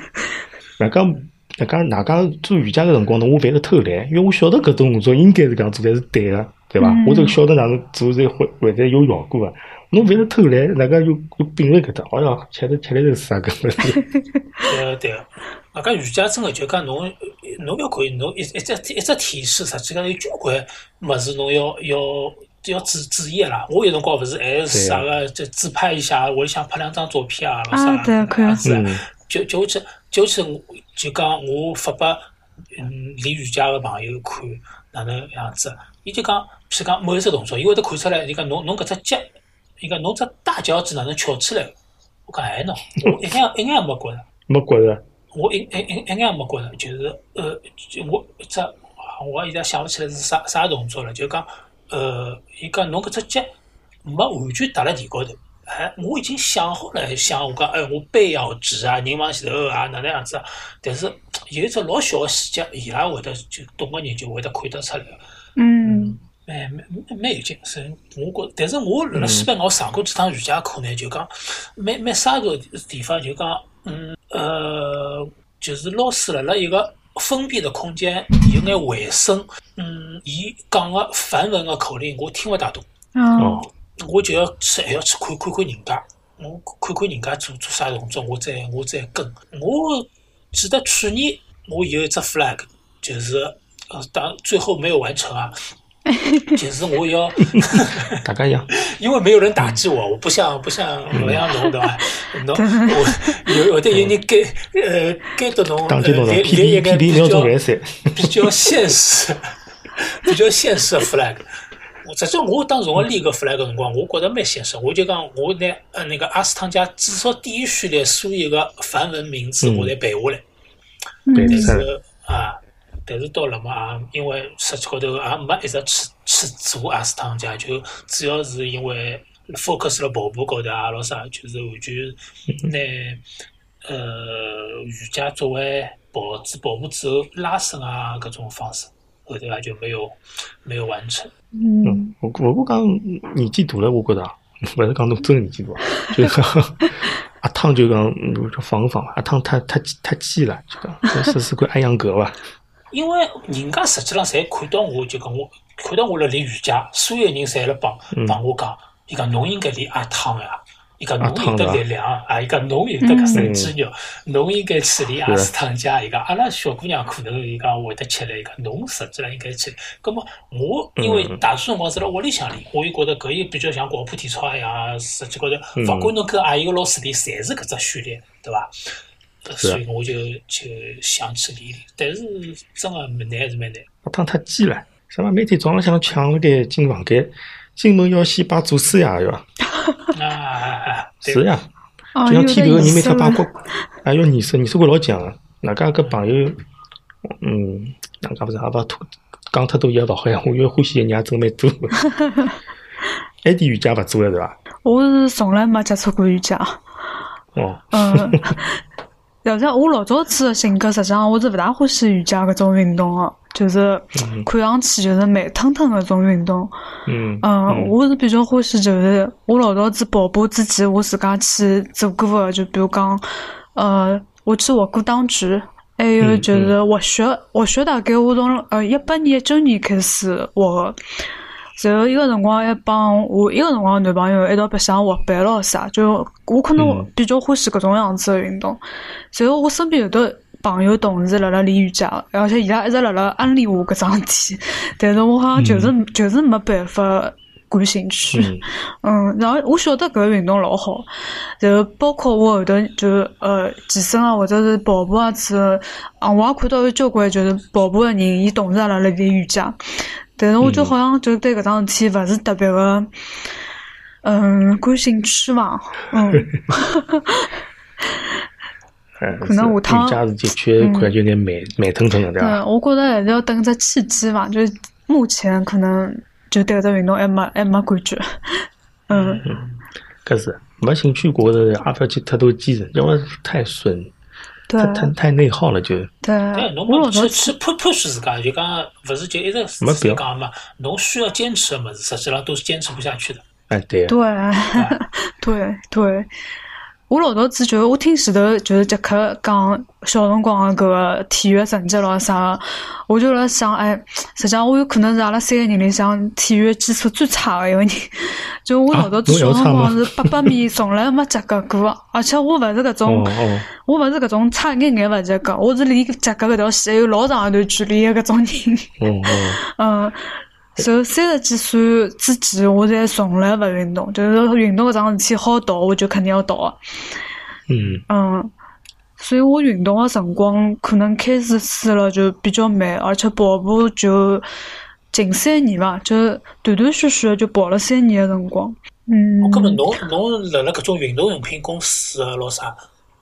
Speaker 1: 哪家做瑜伽个辰光呢？我勿会得偷懒，因为我晓得搿种动作应该是搿样做才是对个，对伐？我都晓得哪能做才会得有效果个。 侬勿是偷懒，哪个又并了搿搭？哎哟，吃来头是啥个物事？
Speaker 3: 对，外加瑜伽真个就讲侬要可以，侬一只体式，实际上有交关物事侬要注意啦。我有辰光勿是还是啥个就自拍一下，屋里向拍两张照片啊，老啥样子，就去就讲我发拨练瑜伽个朋友看哪能样子，伊就讲，譬如讲某一只动作，伊会得看出来，伊讲侬搿只脚，伊讲侬只大脚趾哪能翘起来？我讲哎喏，我一眼也没觉着，
Speaker 1: 没觉着。
Speaker 3: 我一眼也没觉着，就是我我现在想勿起来是啥动作了，就讲伊讲侬搿只脚没完全踏辣地高头。我已经想好了，我讲，我背要直啊，人往前头啊，哪能样子啊？但是有一只老小个细节，伊拉会得就懂个人就会得看得出来。蛮有劲，是我觉。但是我辣西班牙上过几趟瑜伽课呢，就讲蛮啥个地方，就讲就是老师辣一个封闭的空间有眼回声，伊讲个梵文个口令我听勿大懂。我就要去看人家，我看人家做啥动作，我再跟。我记得去年我有一只 flag， 就是最后没有完成啊，就是我要
Speaker 1: 大家一样，
Speaker 3: 因为没有人打击我，我不像侬对吧？侬有的人给到侬
Speaker 1: 霹雳秒钟完赛，
Speaker 3: 比较现实的 flag。实际我当时我立个 flag 的辰光，我觉得蛮现实。我就讲，我拿那个阿斯汤加至少第一序列所有个梵文名字我得背下来。但是到了嘛，因为实际高头也没一直去做阿斯汤加，就主要是因为 focus 了跑步高头啊，老啥，就是完全拿瑜伽作为跑步之后拉伸啊各种方式，后头也就没有完成。
Speaker 1: 我讲年纪大了，我觉得勿是讲侬真年纪大，就讲阿汤就讲就放阿汤太鸡了，就讲试试看安养格伐。
Speaker 3: 因为人家实际上侪看到我，就讲我看到我辣练瑜伽，所有人侪辣帮我讲，伊讲侬应该练阿汤呀，伊讲侬有得力量啊，伊讲侬有得搿身肌肉，侬应该去练阿斯汤加，伊讲阿拉小姑娘可能伊讲会得吃力，伊讲侬实际上应该去。葛末我因为大多数辰光是辣屋里向练，我又觉得搿又比较像广播体操呀，实际高头勿管侬跟阿姨个老师练，侪是搿只训练，对伐？所以我就想去练，但是真的蛮难。
Speaker 1: 阿汤太鸡了，什么每天早浪向抢了盖进房间，进门要先摆祖师爷对伐？是呀，就像剃头人每天摆骨，还要仪式感老强个。哪家搿朋友，哪家勿是也勿讲太多也勿好呀。我越欢喜个人也真蛮多。埃点瑜伽勿做了对伐？
Speaker 2: 我是从来没接触过瑜伽。要是我老早子的性格，实际上我是勿大欢喜瑜伽搿种运动个，就是看上去就是慢腾腾搿种运动。我是比较欢喜，就是我老早子跑步之前，我自家去做过个，就比如讲，我去学过打拳，还有就是滑雪大概我从18年、19年开始学个。然后一个辰光还帮我一个辰光男朋友一道白相滑板咯啥，就我可能比较欢喜搿种样子的运动。然后我身边有的朋友同事辣练瑜伽，而且伊拉一直辣安利我搿桩事体，但是我好像就是没办法感兴趣。然后我晓得搿个运动老好，然后包括我后头就健身啊或者是跑步啊之后，我也看到有交关就是跑步的人，伊同时也辣练瑜伽。但是我就好像就对搿桩事体勿是特别的，感兴趣伐？可能下趟
Speaker 1: 瑜伽是的确看有点慢腾腾的，对伐？
Speaker 2: 对，我觉得还是要等只契机嘛，就是目前可能就对搿只运动还没感觉。
Speaker 1: 搿是没兴趣过的，也勿要去太多坚持，因为太损。太内耗了就。
Speaker 3: 对，侬勿去push自家，就讲勿是就一直是讲嘛，侬需要坚持的物事，实际上都是坚持不下去的。
Speaker 1: 对。
Speaker 2: 对。 我老早子就是我听前头就是杰克讲小辰光个搿个体育成绩咯啥个，我就辣想，实际上我有可能是阿拉三个人里向体育基础最差的一个人。就我老早子小辰光是800米从来没及格过，而且我勿是搿种，我勿是搿种差眼眼勿及格，我是离及格搿条线还有老长一段距离的搿种人。就30几岁之前，我侪从来勿运动，就是运动搿桩事体好逃，我就肯定要逃个。所以我运动个辰光可能开始试了就比较慢，而且跑步就近3年吧，就断断续续就跑了3年个辰光。
Speaker 3: 搿么侬辣搿种运动用品公司啊，咾啥？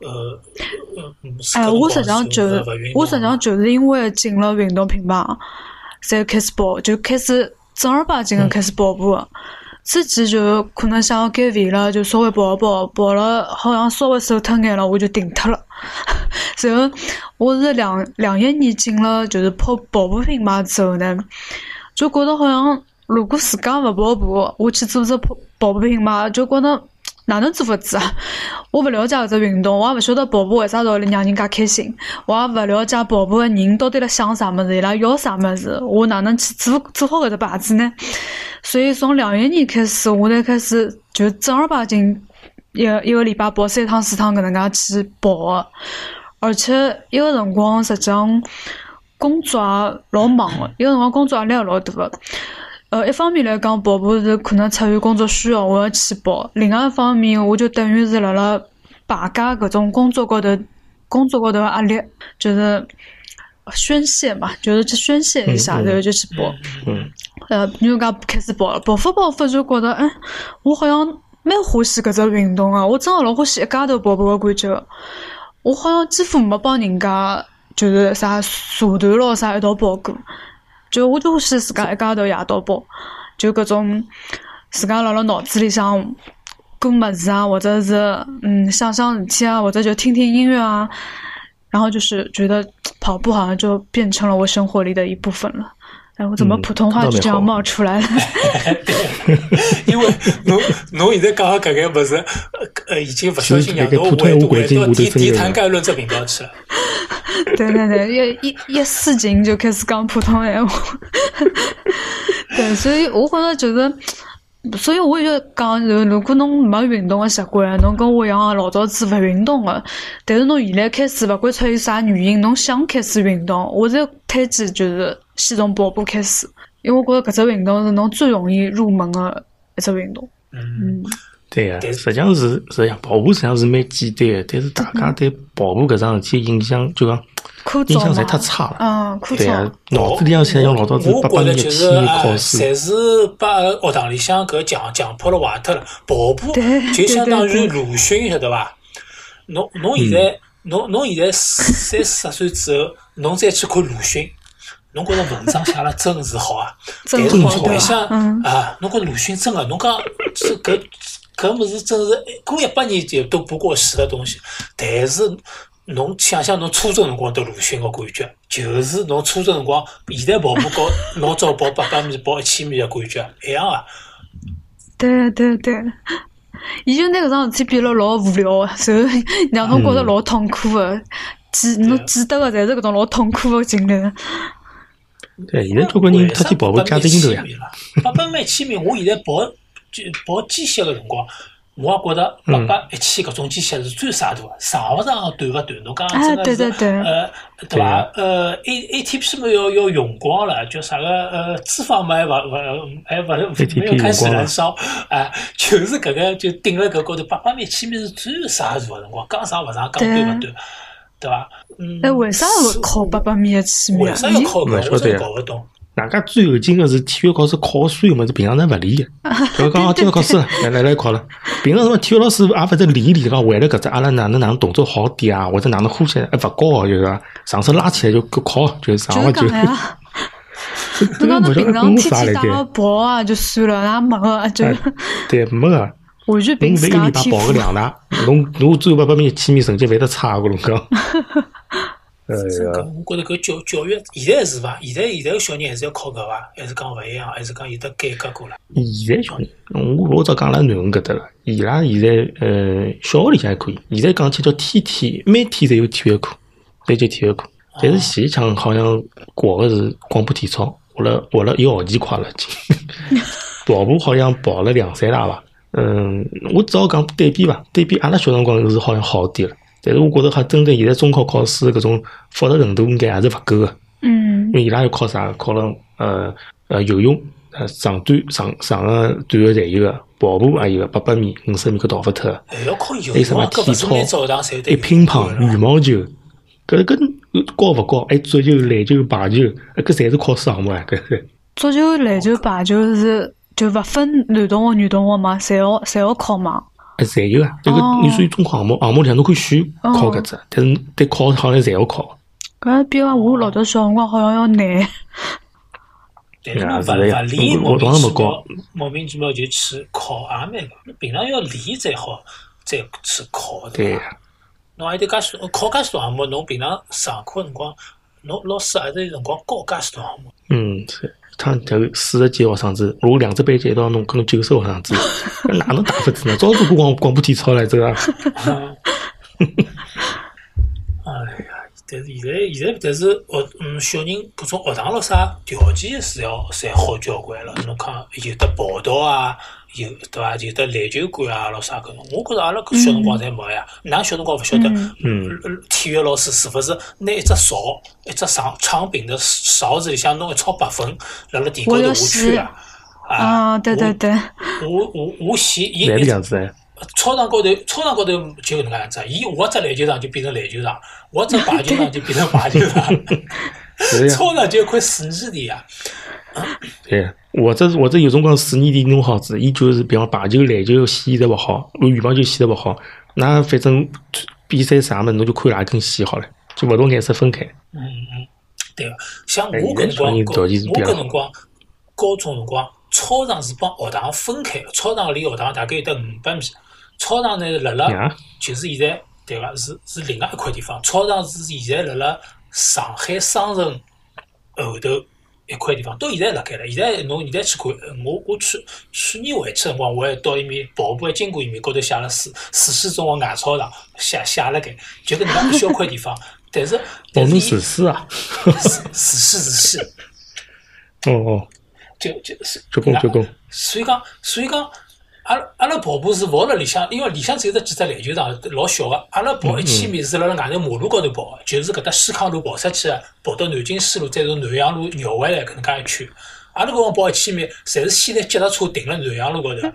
Speaker 2: 我实际上就是因为进了运动品牌。才开始跑，就开始正儿八经的开始跑步了。之前就可能想要减肥了，就稍微跑了，好像稍微瘦脱眼了，我就停脱了。然后我是21年进了就是跑步品牌之后呢，就觉得好像如果自家勿跑步，我去做这跑步品牌，就觉得哪能做法子啊？我勿了解搿只运动，我也勿晓得跑步为啥道理让人家开心，我也勿了解跑步个人到底辣想啥物事，伊拉要啥物事，我哪能去做好搿只牌子呢？所以从21年开始，我才开始就正儿八经一个礼拜跑3趟4趟搿能介去跑个，而且一个辰光实际上工作也老忙个，一个辰光工作压力也老大个。一方面来讲，跑步是可能出于工作需要，我要去跑；另外一方面，我就等于是辣辣排解搿种工作高头的压力，就是宣泄嘛，就是去宣泄一下，然后就去跑。因为讲开始跑了，跑法就觉得，我好像蛮欢喜搿只运动啊！我真的老欢喜一家头跑步的感觉。我好像几乎没帮人家就是啥社团咯啥一道跑过。就我就欢喜自家一家头夜到跑，就搿种自家辣脑子里向过物事啊，或者是想事体啊，或者就听听音乐啊，然后就是觉得跑步好像就变成了我生活里的一部分了。我怎么普通话就这样冒出来了？
Speaker 3: 因为侬现在讲搿个物事，已经勿小心让侬回到地摊概论这频道去了。
Speaker 2: 对，一试镜就开始讲普通闲话。对，所以我觉着就是，所以我就讲，如果侬没运动的习惯，侬跟我一样老早子勿运动的，但是侬现在开始，勿管出于啥原因，侬想开始运动，我就推荐就是先从跑步开始，因为我觉着搿只运动是侬最容易入门的一只运动。
Speaker 1: 对个，实际上跑步实际上是蛮简单的，但是大家对跑步搿桩事体印象就讲印象侪太差了。对啊，脑子里向想像老早子800米10000米考试，
Speaker 3: 侪是把学堂里向搿强迫了坏脱了。跑步就相当于鲁迅，晓得伐？侬现在30岁之后，侬再去看鲁迅。侬觉着文章写了真是好啊，但是回想侬觉着鲁迅真个，侬讲搿物事真是过100年就都不过时的东西。但是侬想想侬初中辰光对鲁迅个感觉，就是侬初中辰光现在跑步高老早跑800米、跑1000米的感觉一样啊。
Speaker 2: 对，伊就拿搿桩事体变了老无聊，然后让侬觉着老痛苦个，侬记得个侪是搿种老痛苦个经历。
Speaker 1: 对，现在交关人特地跑步加只劲头呀。
Speaker 3: 800米、1000米，我现在跑间歇个辰光，我也觉着800、1000搿种间歇是最傻大个，长勿长，短勿短。侬讲真个是对伐？ATP 嘛要用光了，叫啥个脂肪嘛还勿没有开始燃烧就是搿个就顶了搿高头800米、1000米是最傻大个辰光，讲长勿长，讲短勿短。对伐？
Speaker 2: 为啥要考800米、1000米啊？
Speaker 3: 为啥要考搿？我真搞勿懂。
Speaker 1: 大家最后劲个是体育考试考所有物事，平常侪勿理个。就讲今朝考试了，来考了。平常什么体育老师也勿得理讲为了搿只阿拉哪能动作好点啊，或者哪能呼吸勿高就是上手拉起来就考，就上了就。
Speaker 2: 侬讲侬平常天天打跑啊就算了，那没个就。
Speaker 1: 对，没个。
Speaker 2: 完全凭自家天赋。
Speaker 1: 侬一个礼拜跑个2趟，侬最后800米、1000米成绩勿会得差个，侬讲。
Speaker 3: 我觉着搿教育现在是伐？现在个小人还是要考搿伐？还是讲勿一样？还是讲有得改革过了？
Speaker 1: 现在小人，我老早讲了囡恩搿搭了。 伊拉现在小学里向还可以，现在讲起叫天天，每天侪有体育课，每节体育课。但是前一腔好像挂个是广播体操，学了一个学期快了，已经。跑步好像跑了2、3趟吧。我只好讲对比吧，对比阿拉小辰光是好像好点了。但是我觉得哈，针对现在中考考试搿种复杂程度，应该还是勿够个。因为伊拉要考啥？考了游泳、长短个短个侪有个，跑步也有个800米、50米搿逃勿脱个。
Speaker 3: 还要考游泳，
Speaker 1: 还有什么体操、还乒乓、羽毛球，搿高勿高？还足球、篮球、排球，搿侪是考试项目啊！搿
Speaker 2: 足球、篮球、排球是就勿分男同学、女同学嘛，侪要考嘛。
Speaker 1: 侪有啊，这个你属于中考项目里向侬可以选考搿只，但考好像侪要考。
Speaker 2: 搿比我老早小辰光好像要难。
Speaker 3: 但是侬勿练，莫名其妙就去考也蛮个。侬平常要练才好，再去考对伐？侬还得介许考介许多项目，侬平常上课辰光，侬老师还得有辰光教介许多项目。
Speaker 1: 是。他头40几个学生子，如果2只班级一道弄，可能90个学生子，哪能打法子呢？早做过广播体操来着啊！
Speaker 3: 哎呀，但是现在，但是小人搿种学堂咯啥条件是要侪好交关了。侬看有的跑道啊，有对伐？有的篮球馆啊，咯啥搿种。我觉着阿拉搿小辰光侪没呀。㑚小辰光勿晓得，体育老师是勿是拿一只勺，一只长柄的勺子里向弄一撮白粉，辣地高头下去啊？
Speaker 2: 对。
Speaker 3: 我洗伊
Speaker 1: 哪个样子哎？
Speaker 3: 操场高头就搿能介样子，伊画只篮球场就变成篮球场，画只排球场就变成排球场，操场就一块水泥地呀。
Speaker 1: 对，或者有辰光水泥地弄好子，伊就是比方排球、篮球洗得勿好，羽毛球洗得勿好，那反正比赛啥么侬就看哪根洗好了，就勿同颜色分开。
Speaker 3: 对个，像我搿辰光高中辰光，操场是帮学堂分开，操场离学堂大概有得500米。操场呢，辣辣就是现在对伐？是另外一块地方。操场是现在辣辣上海商城后头一块地方，到现在辣盖了。现在侬现在去看，我去年回去辰光，我还到伊面跑步还经过伊面，高头写了市市中学外操场，写辣盖，就搿能介一小块地方。但是
Speaker 1: 侬市市啊？
Speaker 3: 市。
Speaker 1: 哦。就攻。
Speaker 3: 所以讲。阿拉跑步是跑辣里向，因为里向只有几只篮球场，老小个。阿拉跑1千米是辣辣外头马路高头跑个，就是搿搭西康路跑出去，跑到南京西路，再从南阳路绕回来搿能介一圈。阿拉搿光跑1千米，侪是先拿脚踏车停辣南阳路高头，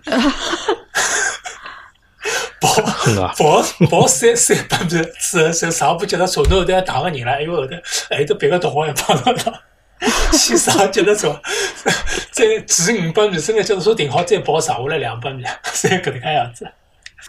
Speaker 3: 跑300米之后，再上部脚踏车，侬后头还打个人了，因为后头还有得别个同学也碰到他。先上脚踏车，再骑500米，身个脚踏车停好，再跑上下来200米，才搿能介样子。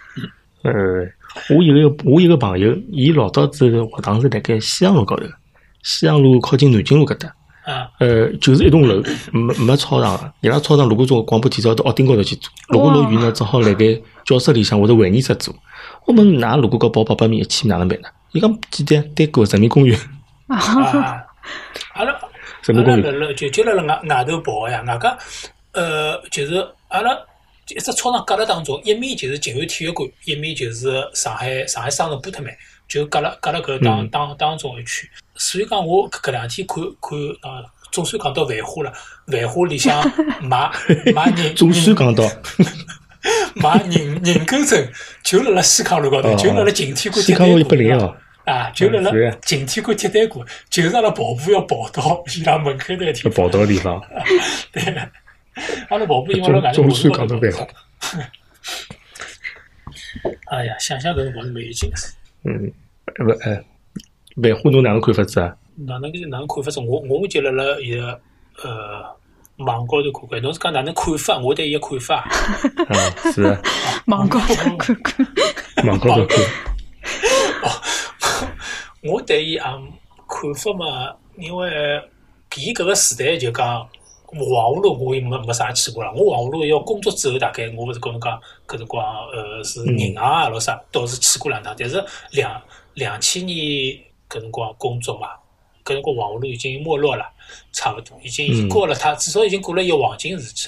Speaker 3: 我有个朋友，伊老早子学堂是辣盖西洋路高头，西洋路靠近南京路搿搭。就是一栋楼，没操场个。伊拉操场如果做广播体操到屋顶高头去做，如果老远呢，只好辣盖教室里向或者会议室做。我问㑚如果讲跑800米1千米哪能办呢？伊讲简单，单过人民公园。阿拉就辣辣外头跑呀，外加就是阿拉一只操场隔了当中，一面就是静安体育馆，一面就是上海商城波特曼，就隔了搿当中一区。所以讲我搿2天看总算讲到繁华了，繁华里向买人，总算讲到买人工证，就辣辣西康路高头，就辣辣擎天馆铁蛋馆。就辣辣擎天馆铁蛋馆，就是阿拉跑步要跑到伊拉门口那地方。跑到个地方。对，阿拉跑步因为老总算讲到繁华。哎呀，想想搿辰光是蛮有劲个。繁华侬哪能看法子啊？哪能看法子？我就辣辣伊个网高头看看，侬是讲哪能看法？我对伊个看法。是。网高头看看。网高头看。我对伊看法嘛，因为伊搿个时代就讲黄河路我也没啥去过了。我黄河路要工作之后，大概我勿是跟侬讲搿辰光是银行啊咾啥，倒是去过2趟。但是2000年搿辰光工作嘛，搿辰光黄河路已经没落了，差勿多已经过了它，至少已经过了一个黄金时期了。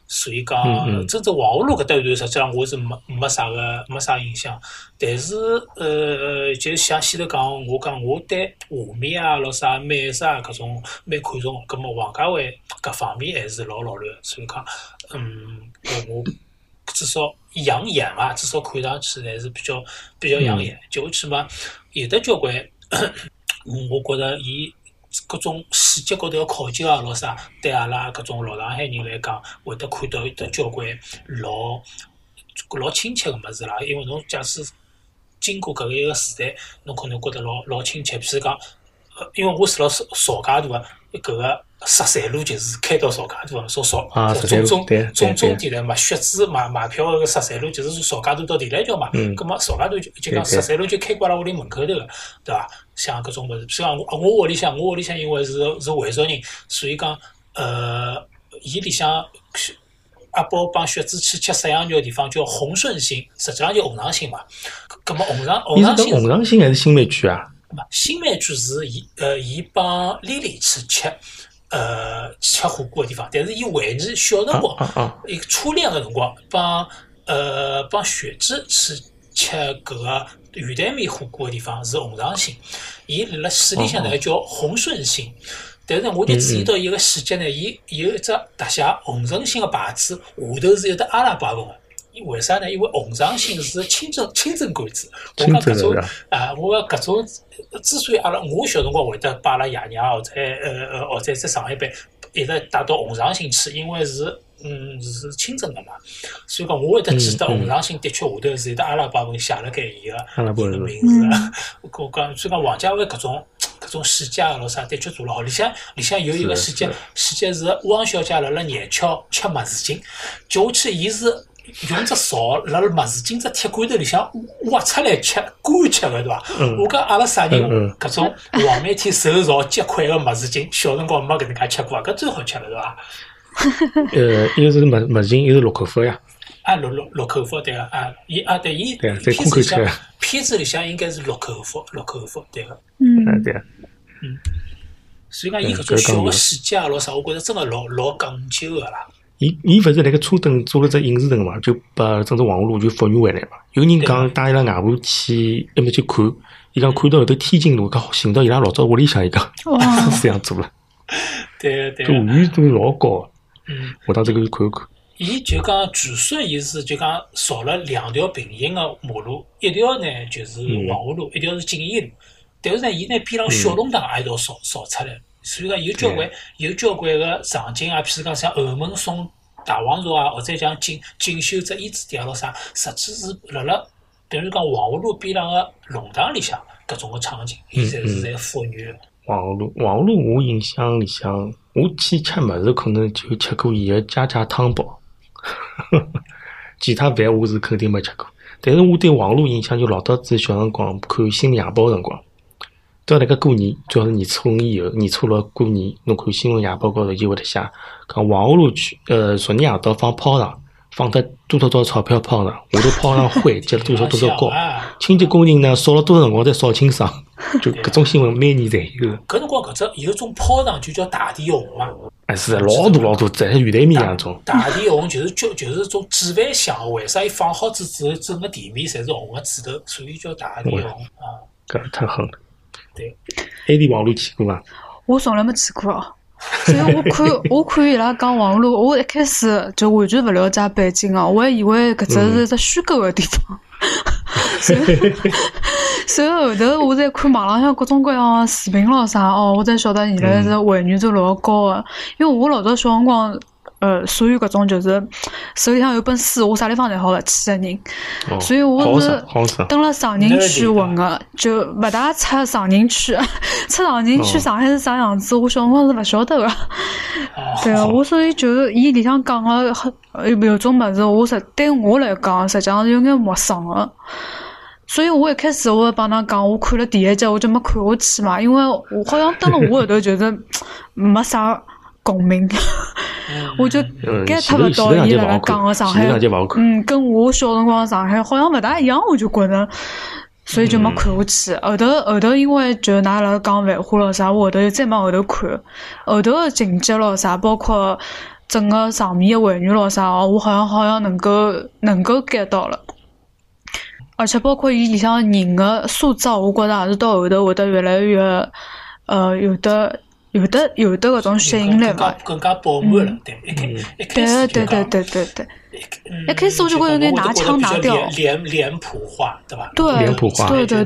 Speaker 3: 所以讲，真正黄河路搿搭一段，实际上我是没啥印象。但是就像先头讲，我对画面啊、咾啥美食啊搿种蛮看重。葛末王家卫搿方面还是老乱。所以讲，我至少养眼啊，至少看上去还是比较养眼。就起码有的交关，我觉着伊各种细节高头个考究啊，咾啥，对阿拉搿种老上海人来讲，会得看到得交关老亲切个物事啦。因为侬假使经过搿一个时代，侬可能觉得老亲切。譬如讲，因为我住辣曹家渡啊，搿个13路就是开到曹家渡啊，从终点来嘛，血脂买票个13路就是从曹家渡到田来桥嘛。葛末曹家渡就讲13路就开过阿拉屋里门口头个，对伐？像搿种物事，譬如讲我屋里向因为是回族人，所以讲伊里向阿宝帮血脂去吃食羊肉个地方叫红顺兴，实际上就红长兴嘛。葛末红长
Speaker 1: 兴还是新美区啊？
Speaker 3: 新美区是伊帮丽丽去吃火锅个地方，但是伊回忆小辰光，伊初恋个辰光帮雪芝去吃搿个鱼蛋面火锅个地方是红长兴，伊辣市里向呢叫红顺兴。但是我就注意到一个细节呢，伊有一只特写红顺兴个牌子，下头是有得阿拉伯文个。为啥呢？因为红长兴是清真馆子。我讲搿种搿种之所以我小辰光会得把阿拉爷娘或者在上海边一直带到红长兴去，因为是清真个嘛，所以讲我会得记得红长兴的确下头是有得阿拉伯文写辣盖伊个名字。我讲，所以讲王家卫搿种细节咾啥的确做了好。里向有一个细节是汪小姐辣廿桥吃麦子精，叫我去伊是用只勺辣麦子精只铁罐头里向挖出来吃干吃个，对伐？我讲阿拉啥人搿种黄梅天手炒结块个麦子精，小辰光没搿能介吃过，搿最好吃了，对伐？
Speaker 1: 一个是麦子精，一个是六口福呀。
Speaker 3: 六口福对个伊片子里向应该是六口福对个。
Speaker 1: 对。
Speaker 3: 所以讲伊搿种小个细节啊，咾啥，我觉着真个老讲究个啦。
Speaker 1: 伊勿是辣盖车灯做了只影视城嘛，就把整个黄河路就复原回来嘛。有人讲带伊拉外婆去埃面去看，伊讲看到后头天津路，讲寻到伊拉老早屋里向，伊讲是这样做了。
Speaker 3: 对，
Speaker 1: 搿还原度老高。我当这个看一看。
Speaker 3: 伊就讲据说伊是就讲造了两条平行个马路，一条呢就是黄河路，一条是锦衣路。但是呢，伊呢边浪小弄堂也一道造出来，所以讲有交关个场景啊，譬如讲像后门送大王茶啊，或者像锦绣只胭脂店咾啥，实际是辣比如讲黄河路边浪个弄堂里向搿种个场景，伊侪是在复原。
Speaker 1: 黄河路，我印象里向，我去吃物事可能就吃过伊个家汤包，其他饭我是肯定没吃过。但是我对黄河路印象就老早子小辰光看《新闻夜报》辰光。到那个过年，主要是年初5以后，年初6过年，侬看新闻夜报高头就会得写，讲黄河路区昨日夜到放炮仗，放得多少钞票炮仗，下头炮仗灰结了多少高，清洁工人呢烧了多少辰光才烧清爽，就搿种新闻每年侪有。
Speaker 3: 搿辰光搿只有种炮仗就叫大地红嘛。
Speaker 1: 是老大，在鱼蛋面两种。
Speaker 3: 大地红就是种纸饭香，为啥伊放好之后整个地面侪是红个纸头，所以叫大地红啊。
Speaker 1: 搿太狠了。
Speaker 3: 对，
Speaker 1: 埃地黄路去过伐？
Speaker 2: 我从来没去过，所以我看伊拉讲黄路，我一开始就完全勿了解背景哦，我还以为搿只是只虚构个地方。所以后头我在看网浪向各种各样个视频咾啥哦，我才晓得伊拉是还原度老高个，因为我老早小辰光。属于搿种就是手里向有本书，我啥地方侪好勿去个人，所以我是蹲辣长宁区混个，就勿大出长宁区。出长宁区上海是啥样子，我小辰光是勿晓得个。对啊，我所以就是伊里向讲个有种物事，我对我来讲实际上是有眼陌生个。所以我一开始我帮㑚讲，我看了第一集我就没看下去嘛，因为我好像蹲辣我后头就是没啥共鸣。我就 get 不到伊辣辣讲个上海，跟我小辰光上海好像勿大一样，我就觉着，所以就没看下去。后头因为就㑚辣讲繁花咯啥，我后头再往后头看，后头个情节咯啥，包括整个场面的还原咯啥哦，我好像能够 get 到了。而且包括伊里向人的塑造，我觉着也是到后头会得越来越有的搿种吸引力嘛。
Speaker 3: 更加饱满了，对，一开始
Speaker 2: 对，一开始我就会有点拿腔拿调，
Speaker 3: 脸谱化，对吧？
Speaker 2: 对，
Speaker 1: 脸谱化，
Speaker 2: 对。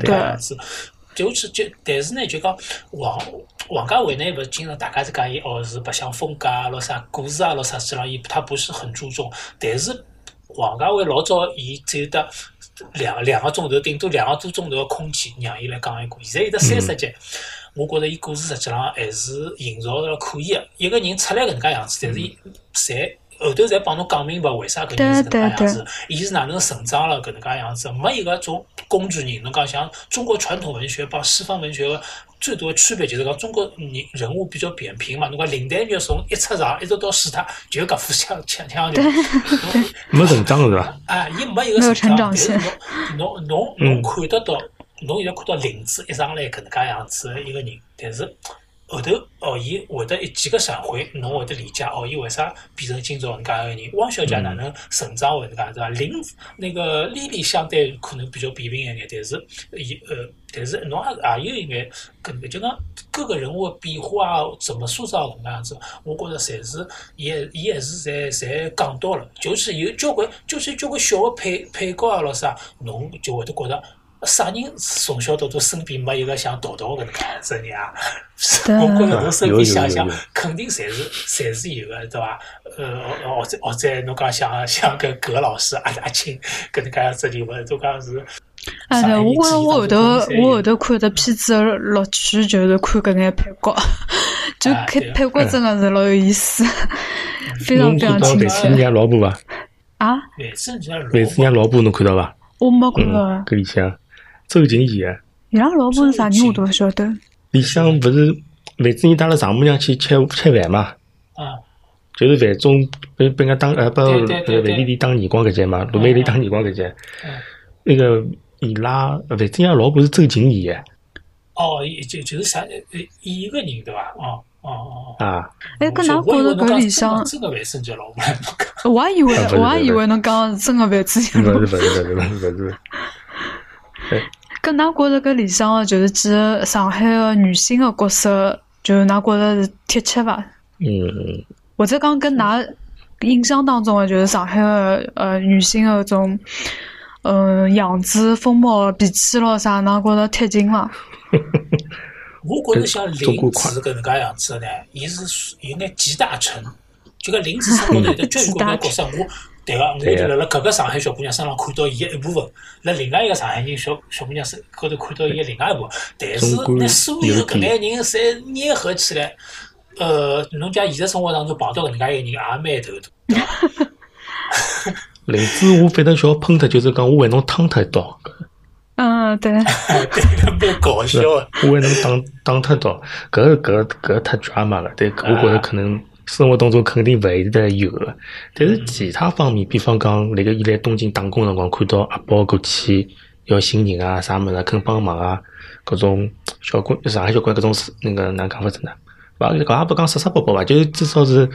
Speaker 3: 但是呢，就讲王家卫呢，不是经常大家在讲伊是白相风格啊，咯啥故事啊，咯啥之类，他不是很注重。但是王家卫老早伊只有得两个钟头，顶多2个多钟头的空间让伊来讲一个。现在有得30集，我觉着伊故事实际上还是营造了可以的。一个人出来搿能介样子，但是伊侪后头侪帮侬讲明白为啥搿人是搿能介样子，伊是哪能成长了搿能介样子。没一个种工具人，侬讲像中国传统文学帮西方文学的最多的区别就是讲中国人物比较扁平嘛，侬讲林黛玉从一出场一直到死脱，就搿副腔调，
Speaker 1: 没成长是吧？
Speaker 3: 伊没一个
Speaker 2: 成长线。
Speaker 3: 侬看得到，侬现在看到林子一上来搿能介样子的一个人，但是后头伊会得几个闪回，侬会得理解伊为啥变成今朝搿能介个人。汪小姐哪能成长为搿能介对伐？那个莉莉相对可能比较扁平一眼，但是侬也有一眼搿就讲各个人物的变化啊，怎么塑造搿能样子，我觉着侪是伊还是侪讲到了，就是有交关小个配角啊咯啥，侬就会得觉着。啥人从小到大身边没一个像豆豆搿能介样子人啊？我觉着侬身边想想，肯定侪是有个，对伐？或者侬讲像搿葛老师阿青搿能介样子人物，都讲是。
Speaker 2: 对，我觉着我后头看搿片子的乐趣就是看搿眼配角，就配角真的是老有意思，非常非常亲切。
Speaker 1: 魏子娘老婆伐？
Speaker 2: 啊？
Speaker 1: 魏子娘老婆侬看到伐？
Speaker 2: 我没看到。
Speaker 1: 搿里向。周瑾演的，
Speaker 2: 伊拉老婆是啥人我都勿晓得。
Speaker 1: 里向不是魏子仁带了丈母娘去吃饭嘛？就是范总被人家当拨范丽丽当年光搿节嘛，罗美丽当年光搿节。那个伊拉魏子仁老婆是周瑾演的。
Speaker 3: 就是啥一个人对伐？
Speaker 2: 搿哪觉着搿里向
Speaker 3: 真个范胜杰老婆？
Speaker 2: 我也以为侬讲真个范子仁。
Speaker 1: 勿是。
Speaker 2: 搿㑚觉着搿里向就是几个上海个女性个角色，就是㑚觉着是贴切伐？或者讲跟㑚印象当中个就是上海个女性个种样子、风貌、脾气咯啥，㑚觉着贴近伐？
Speaker 3: 我觉着像林子搿能介样子呢，伊是有眼集大成，就搿林子身高头有得交关个角色，对个，我就辣搿个上海小姑娘身上看到伊个一部分，辣另外一个上海人小姑娘身高头看到伊个另外一部分。但是那所有搿眼人侪捏合起来，侬讲现实生活当中碰到搿能介一个人也蛮头大。
Speaker 1: 林子，我反正小喷脱，就是讲我为侬烫脱一刀。
Speaker 2: 对。
Speaker 3: 对，蛮搞笑的。
Speaker 1: 我为侬打脱刀，搿太 drama 了。对，我觉着可能。生活当中肯定勿会得有的，但是其他方面，比方讲，那个伊来东京打工辰光，看到阿宝过去要寻人啊，啥物事肯帮忙啊，搿种上海小官搿种那个哪讲法子呢？搿也不讲杀杀啵啵吧，就是至少是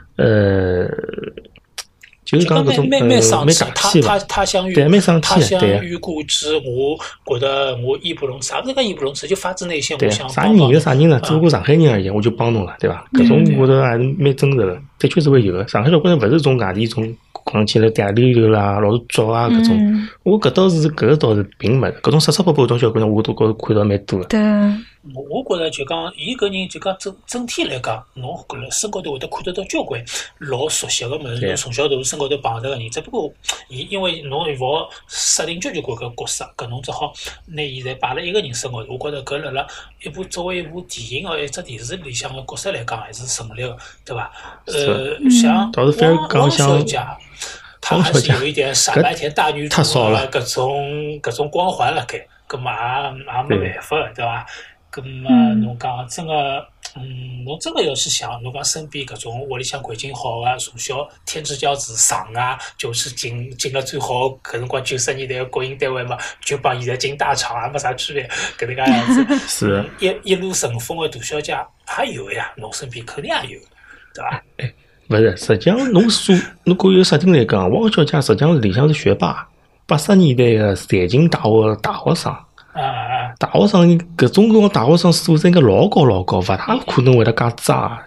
Speaker 1: 就是讲搿种蛮
Speaker 3: 上气
Speaker 1: 吧，
Speaker 3: 他乡
Speaker 1: 对，蛮上气
Speaker 3: 的，对。故知，我觉得我义不容辞，啥不是讲义不容辞，就发自内心，我想
Speaker 1: 啥人有啥人呢？只不过上海人而已，我就帮侬了，对伐？搿种我觉得还是蛮真实的，的确是会有的。上海小姑娘勿是种外地种讲起来嗲溜溜啦，老是作啊搿种，我搿倒是并没，搿种杀杀啵啵种小姑娘，我都觉着看到蛮多的。
Speaker 2: 对。
Speaker 3: 我觉着就讲，伊搿人就讲整体来讲，侬搿身高头会得看得到交关老熟悉个物事，侬从小到身高头碰着个人，只不过因为侬勿好设定交关个角色，搿侬只好拿伊侪摆辣一个人身高头。我觉着搿辣作为一部电影个一只电视里向个角色来讲，还是成立个，对伐？像汪小姐，她还是有一点傻白甜大女主搿种光环辣盖，搿么也没办法，对伐？咁么侬讲真个，侬真个要去想，侬讲身边搿种屋里向环境好个，从小天之骄子上啊，就是进了最好搿辰光90年代个国营单位嘛，就帮现在进大厂也没啥区别，搿能介样子。
Speaker 1: 是。
Speaker 3: 一路顺风个大小姐也有呀，侬身边肯定也有，对伐？
Speaker 1: 勿是，实际上侬关于设定来讲，汪小姐实际上里向是学霸，80年代个财经大学大学生。大学生搿种辰光大学生素质应该老高，勿大可能会得介渣。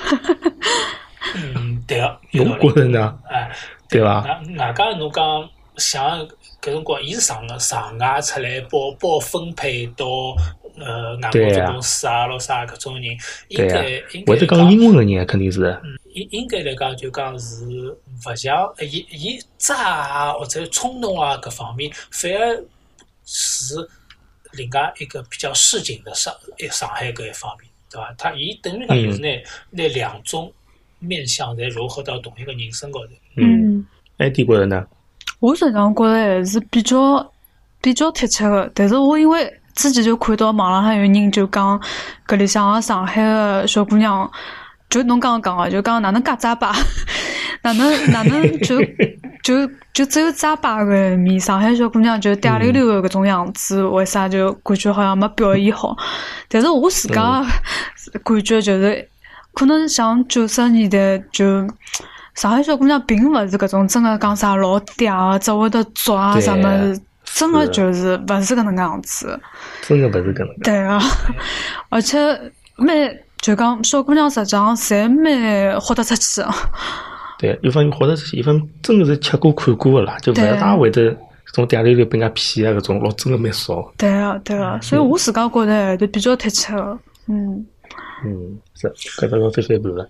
Speaker 3: 对个，
Speaker 1: 侬觉着呢？对伐？
Speaker 3: 外加侬讲像搿辰光，伊是上外出来报分配到外国做公司啊，咾啥搿种人，应该
Speaker 1: 会得讲英文个人肯定是。
Speaker 3: 应该来讲就讲是勿像伊渣啊或者冲动啊搿方面，反而是另外一个比较市井的上海搿一方面，对伐？他伊等于讲就是拿两种面相侪融合到同一个人身高头。
Speaker 1: 艾迪觉着呢？
Speaker 2: 我实际上觉着还是比较贴切的，但是我因为之前就看到网浪向有人就讲搿里向个上海个小姑娘，就侬刚刚讲个，就讲哪能介渣巴，哪能就只有渣巴个一面，上海小姑娘就嗲溜溜个搿种样子，为啥就感觉好像没表现好？但是我自家感觉就是，可能像90年代就。上海小姑娘并勿是搿种真个讲啥老嗲个，只会得作啊啥物事，真个就是勿是搿能介样子。
Speaker 1: 真个勿是搿能介。
Speaker 2: 对啊，而且就讲小姑娘实际上侪蛮豁得出去个。
Speaker 1: 对，一方面豁得出去，一方面真个是吃过看过个啦，就勿大会得搿种嗲溜溜被人家骗啊搿种，老真个蛮少。
Speaker 2: 对啊，所以我自家觉得还是比较贴切个。
Speaker 1: 是搿只个非非半了。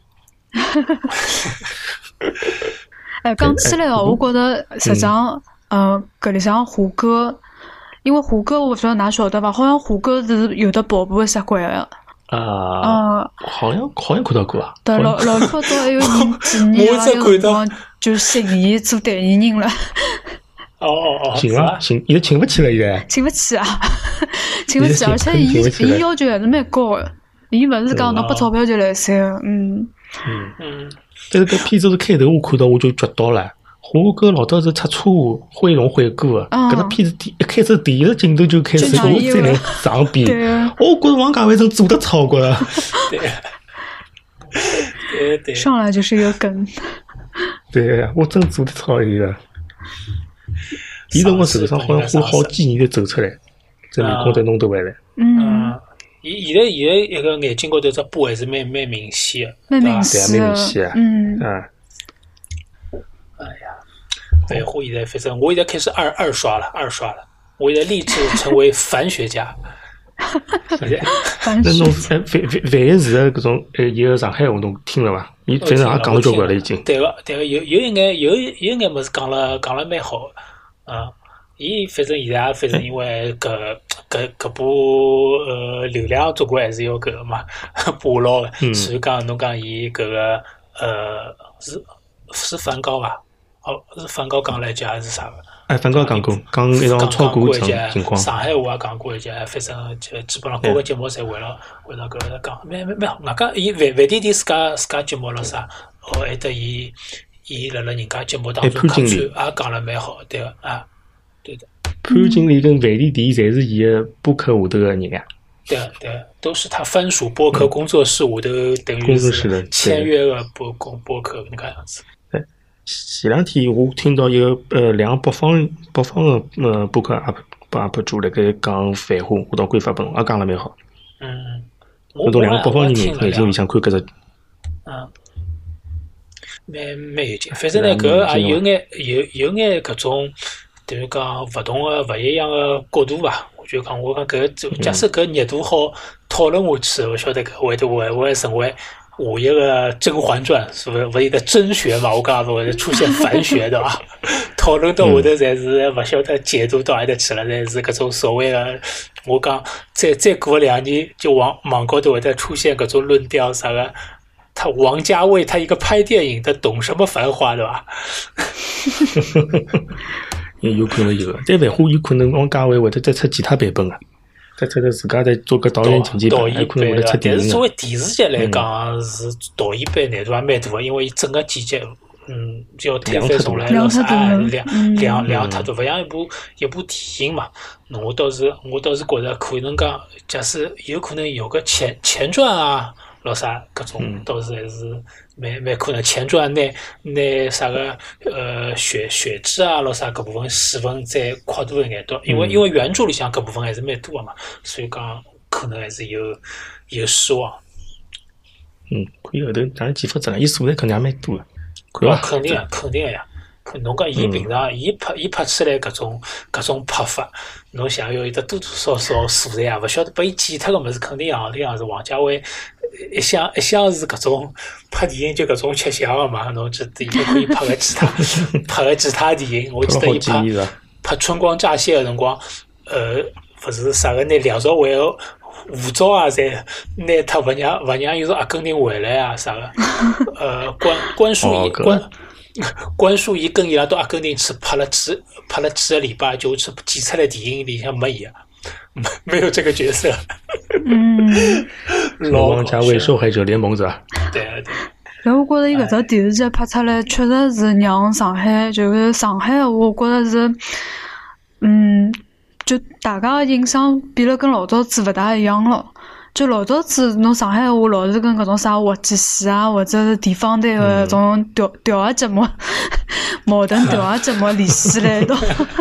Speaker 2: 讲起来哦，我觉得实际上，搿里向胡歌，因为胡歌我勿晓得㑚晓得伐？好像胡歌是有的跑步个习惯个。
Speaker 1: 好像看到过啊。
Speaker 2: 对，老早还有人几年啊，有辰光就寻伊做代言人了。
Speaker 1: 寻了，现在请勿起了，现在。
Speaker 2: 请勿起啊，请勿起，而且伊要求还是蛮高个，伊勿是讲侬拨钞票就来三个，
Speaker 1: 但是搿片子是开头我看到我就觉到了，胡歌老早是出车祸毁容毁过个，搿只片子一开始第一个镜头就开始我再来上边，我觉着王家卫真做得超过了。
Speaker 3: 对，
Speaker 2: 上来就是一个梗。
Speaker 1: 对，我真做得超伊个。伊从我手上好像花好几年才走出来，这面孔才弄得回来。
Speaker 3: 现在一个眼睛高头只波还是蛮明显的，
Speaker 2: 蛮明显
Speaker 1: 的。
Speaker 3: 哎呀，我现在反正我现在开始二刷了，我现在立志成为反学家。
Speaker 2: 那
Speaker 1: 侬范一时的搿种一个上海话侬听了伐？伊反正也讲了交关了已经。
Speaker 3: 对个，有一眼物事讲了蛮好的，伊反正现在反正因为搿部流量总归还是要搿个嘛，补牢的。所以讲侬讲伊搿个是梵高伐？是梵高讲了一句还是啥个？
Speaker 1: 梵高讲过，讲一场超过情况。
Speaker 3: 上海话也讲过一句，反正就基本上各个节目侪围绕搿个讲，蛮好。外加伊范弟弟自家节目了啥？还得伊辣人家节目当中客串也讲了蛮好，对个啊。对的，
Speaker 1: 潘经理跟范弟弟侪是伊个播客下头个人呀。
Speaker 3: 对，都是他番薯播客工作室下头等于是签约个播客那个样子。
Speaker 1: 前两天我听到一个两个北方个播客 UP 主辣盖讲繁花，我到归发拨侬，也讲了蛮好。我到两个北方人眼睛里向看搿只。
Speaker 3: 蛮有劲，反正呢，搿也有眼搿种。等于讲勿同个勿一样个角度伐，我讲搿假使搿热度好讨论下去，我晓得搿会成为下一个《甄嬛传》，是勿是一个真学嘛？我讲会出现反学对伐？讨论到下头侪是勿晓得解读到何里去了，侪是搿种所谓的，我讲再过2年就网高头会得出现搿种论调啥个。他王家卫他一个拍电影的懂什么繁华对伐？
Speaker 1: 有可能有个，但繁花有可能王家卫会得再出其他版本啊，再出自家再做个导演剪辑版，有可能会得出电影。
Speaker 3: 但是作为电视剧来讲，是导演版难度也蛮大个，因为伊整个剪辑，就要推翻重来了啥，量太大，勿像一部电影嘛。我倒是觉得可能讲，假使有可能有个前传啊， 老啥搿种倒是还是蛮可能。前传拿啥个血脂啊，老啥搿部分水分再扩大一眼多，因为原著里向搿部分还是蛮多个嘛，所以讲可能还是有失望。
Speaker 1: 看后头哪能几分钟了？伊素材肯定也蛮多个，看伐？
Speaker 3: 肯定个呀。侬讲伊平常伊拍出来搿种拍法，侬想要有得多多少少素材啊？勿晓得拨伊剪脱个物事，肯定像是王家卫一向是搿种拍电影就搿种吃相个嘛。侬觉得伊可以拍个其他电影？我记得伊拍《春光乍泄》个辰光，勿是啥个拿梁朝伟个护照啊，侪拿脱，勿让伊从阿根廷回来啊，啥个关淑怡跟伊拉到阿根廷去拍了几个礼拜，就去剪出来电影里向没伊啊，没有这个角色。
Speaker 1: 王家卫受害者联盟是吧？
Speaker 3: 对。
Speaker 2: 然后我觉着伊搿只电视剧拍出来，确实是让上海就是上海，我觉着是，就大家个印象变了跟老早子勿大一样了。就老早子侬上海话老是跟搿种啥滑稽戏啊，或者是地方台个种调节节目、矛盾调节节目联系辣一道，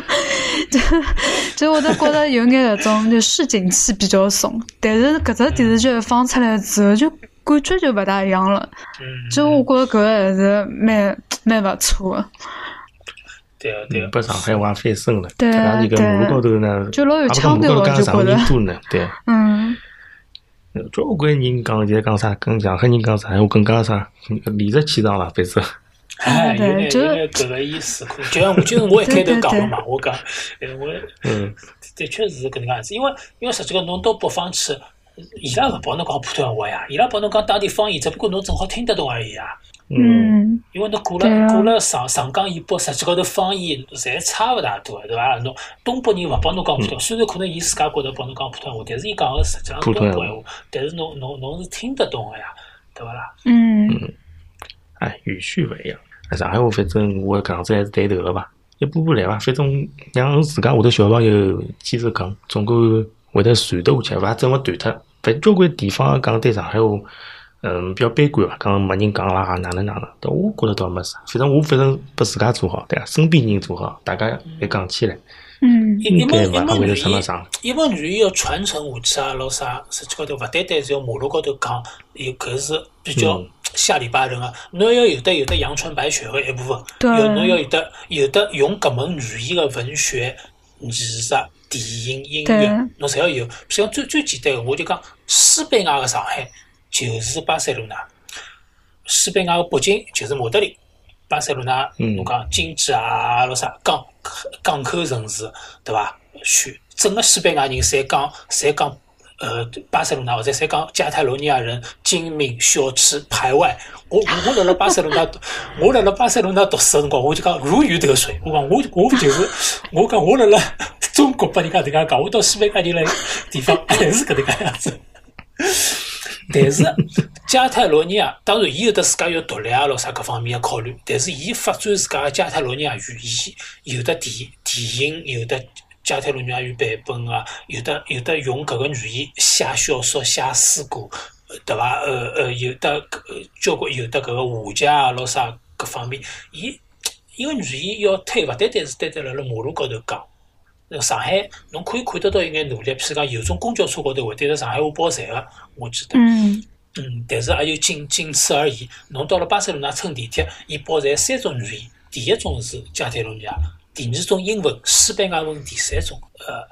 Speaker 2: 就我都觉得有眼搿种就市井气比较重。但是搿只电视剧放出来之后，就感觉就勿大一样了。就我觉着搿还是蛮勿错个。
Speaker 3: 对，
Speaker 1: 把上海话翻身了。
Speaker 2: 对，
Speaker 1: 伊个马路高头呢，
Speaker 2: 就老有腔调个，就觉得。
Speaker 1: 对。交关人讲，现在讲啥，跟上海人讲上海话更加啥，理直气壮了，反正。
Speaker 3: 有搿个意思，就是我一开头讲了嘛，我讲，的确是搿能介样子，因为实际个侬到北方去，伊拉勿帮侬讲普通话呀，伊拉帮侬讲当地方言，只不过侬正好听得懂而已啊。因为侬过了上江以北，实际高头方言侪差勿大多，对伐？侬东北人勿帮侬讲普通话，虽然可能伊自家觉得帮侬讲普通话，但是伊讲个实际上东北话，但是侬是听得懂个呀，对伐啦？
Speaker 1: 语序勿一样。上海话反正我搿样子还是带头个伐，一步步来伐。反正让自家下头小朋友坚持讲，总归会得传得下去，勿整勿断脱。反正交关地方讲对上海话。比较悲观伐，讲没人讲啦，哪能，但我觉得倒没啥。反正拨自家做好，对伐？身边人做好，大家一讲起来，应该勿会得什么上。
Speaker 3: 一门语言要传承下去啊，老啥，实际高头勿单单是要马路高头讲，搿是比较下里巴人啊。侬要有得阳春白雪个一部分，侬要有得用搿门语言个文学、艺术、电影、音乐，侬侪要有。譬如讲最简单个，我就讲西班牙个上海。就是巴塞罗那，西班牙个北京就是马德里，巴塞罗那侬讲经济啊，老啥港口城市，对伐？整个西班牙人侪讲巴塞罗那或者侪讲加泰罗尼亚人精明小气排外。我辣辣巴塞罗那，读书个辰光，我就讲如鱼得水。我讲我就是我讲我辣辣中国拨人家迭个讲，我到西班牙人来地方还是搿能介样子。但是加泰罗尼亚当然伊有得自家要独立啊，咾啥各方面的考虑。但是伊发展自家的加泰罗尼亚语言，有的电影，有的加泰罗尼亚语版本啊，有的用搿个语言写小说、写诗歌，对伐？有的交关有的搿个画家啊，咾啥各方面，伊个语言要推，勿单单是辣辣马路高头讲。上海侬可以看得到一眼努力，譬如讲有种公交车高头会对着上海话报站个，我记得。但是也就仅此而已。侬到了巴塞罗那乘地铁，伊报站3种语言，第一种是加泰罗尼亚，第二种英文、西班牙文，第三种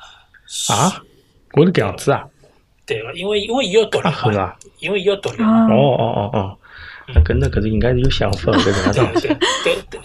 Speaker 1: 我是搿样子啊？
Speaker 3: 对个，因为伊要独立嘛，因为伊要独立嘛。
Speaker 1: 那搿是应该是有想法搿能样子。
Speaker 3: 对。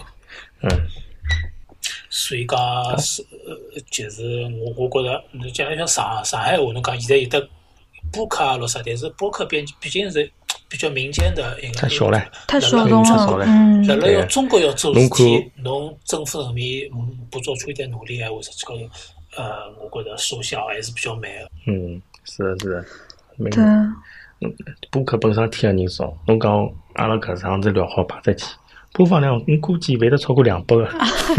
Speaker 3: 所以讲就是我觉着，侬讲像上海话，侬讲现在有的播客啊，咾啥，但是播客毕竟是比较民间的一个，
Speaker 1: 太小了，
Speaker 2: 太小众了。
Speaker 3: 辣辣要中国要做事体，侬政府层面不做出一点努力闲话，实际高头，我觉着收效还是比较慢的。
Speaker 1: 是，对。播客本身听的人少，侬讲阿拉搿场子聊好摆只去。播放量，估计会得超过200个。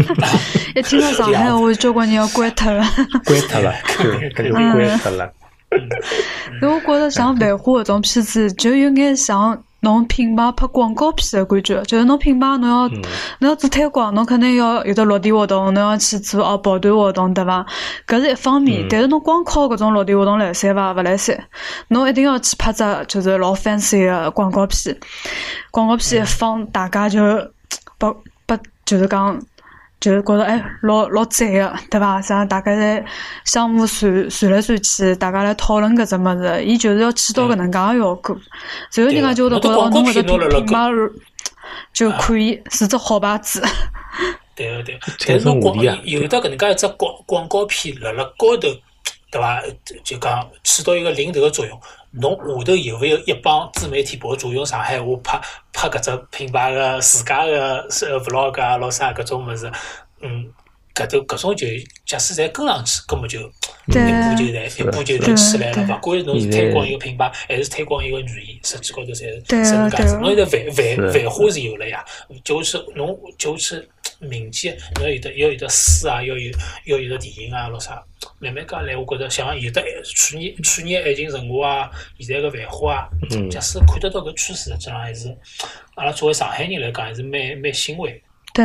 Speaker 2: 一听到上海话，交关人要关脱了。
Speaker 1: 肯定关脱了。
Speaker 2: 因为我觉着像繁花搿种片子，就有眼像侬品牌拍广告片的感觉，就是侬品牌侬要做推广，侬肯定要有的落地活动，侬要去做跑团活动，对伐？搿是一方面，但是侬光靠搿种落地活动来三伐？勿来三，侬一定要去拍只就是老 fancy 的广告片，广告片一放，大家就不就是讲。就是觉着老赞个，对伐？像大家在项目传来传去，大家来讨论搿只物事，伊就是要起到搿能介个效果。然后人家就会觉着侬搿只品牌就可以是只好牌子。
Speaker 3: 对个对，但是侬有的搿能介一只广告片辣高头，对伐？就讲起到一个领头个作用。侬下头有没有一帮自媒体博主用上海话拍搿只品牌个自家个vlog 啊，老啥搿种物事，搿种就假使侪跟上去，根本就一步就起来了。勿管侬是推广一个品牌，还是推广一个语言，实际高头侪是能介子。侬现在繁花是有了呀，就是民间侬要有的书啊，要有的电影啊，老啥，慢慢讲来，我觉着像有的去年爱情神话啊，现在个繁花啊，假使看得到搿趋势，实际上还是阿拉作为上海人来讲，还是蛮欣慰。
Speaker 2: 对，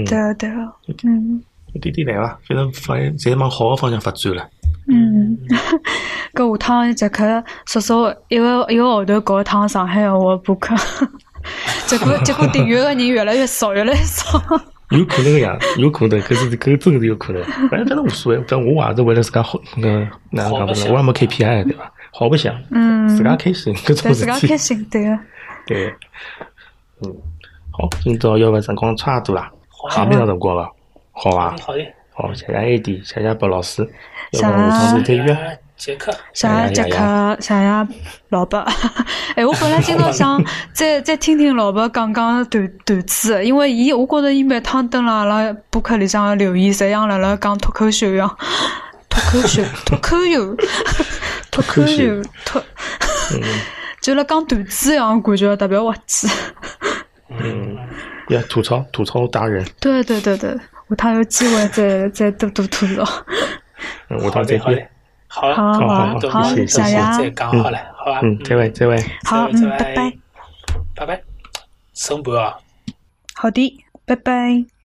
Speaker 1: 点点来伐，反正侪往好个方向发展了。
Speaker 2: 搿下趟杰克说一个号头搞一趟上海话播客，结果订阅个人越来越少。
Speaker 1: 有可能个呀，有可能，搿真个是有可能。反正无所谓，反正我也是为了自家好，哪能讲法呢？我也没 KPI 对伐？好白相，自家开心，搿种事体。自家
Speaker 2: 开心，对个。
Speaker 1: 对，好，今朝要勿辰光差不多啦，也蛮长辰光了，好伐？好，谢谢 AD，谢谢白老师，要帮下趟做推荐。
Speaker 3: 杰克，
Speaker 2: 谢谢老伯。我本来今朝想再听听老伯讲段子，因为我觉着伊每趟登了阿拉播客里向的留言，侪像辣讲脱口秀一样。就辣讲段子一样，感觉特别滑稽。
Speaker 1: 要吐槽达人。
Speaker 2: 对，下趟有机会再多吐槽。
Speaker 1: 下趟再见。
Speaker 3: 好，
Speaker 2: 谢谢，
Speaker 3: 再讲好了，好吧？
Speaker 1: 再会。
Speaker 2: 好，拜拜。
Speaker 3: 拜拜，升班啊。
Speaker 2: 好的，拜拜。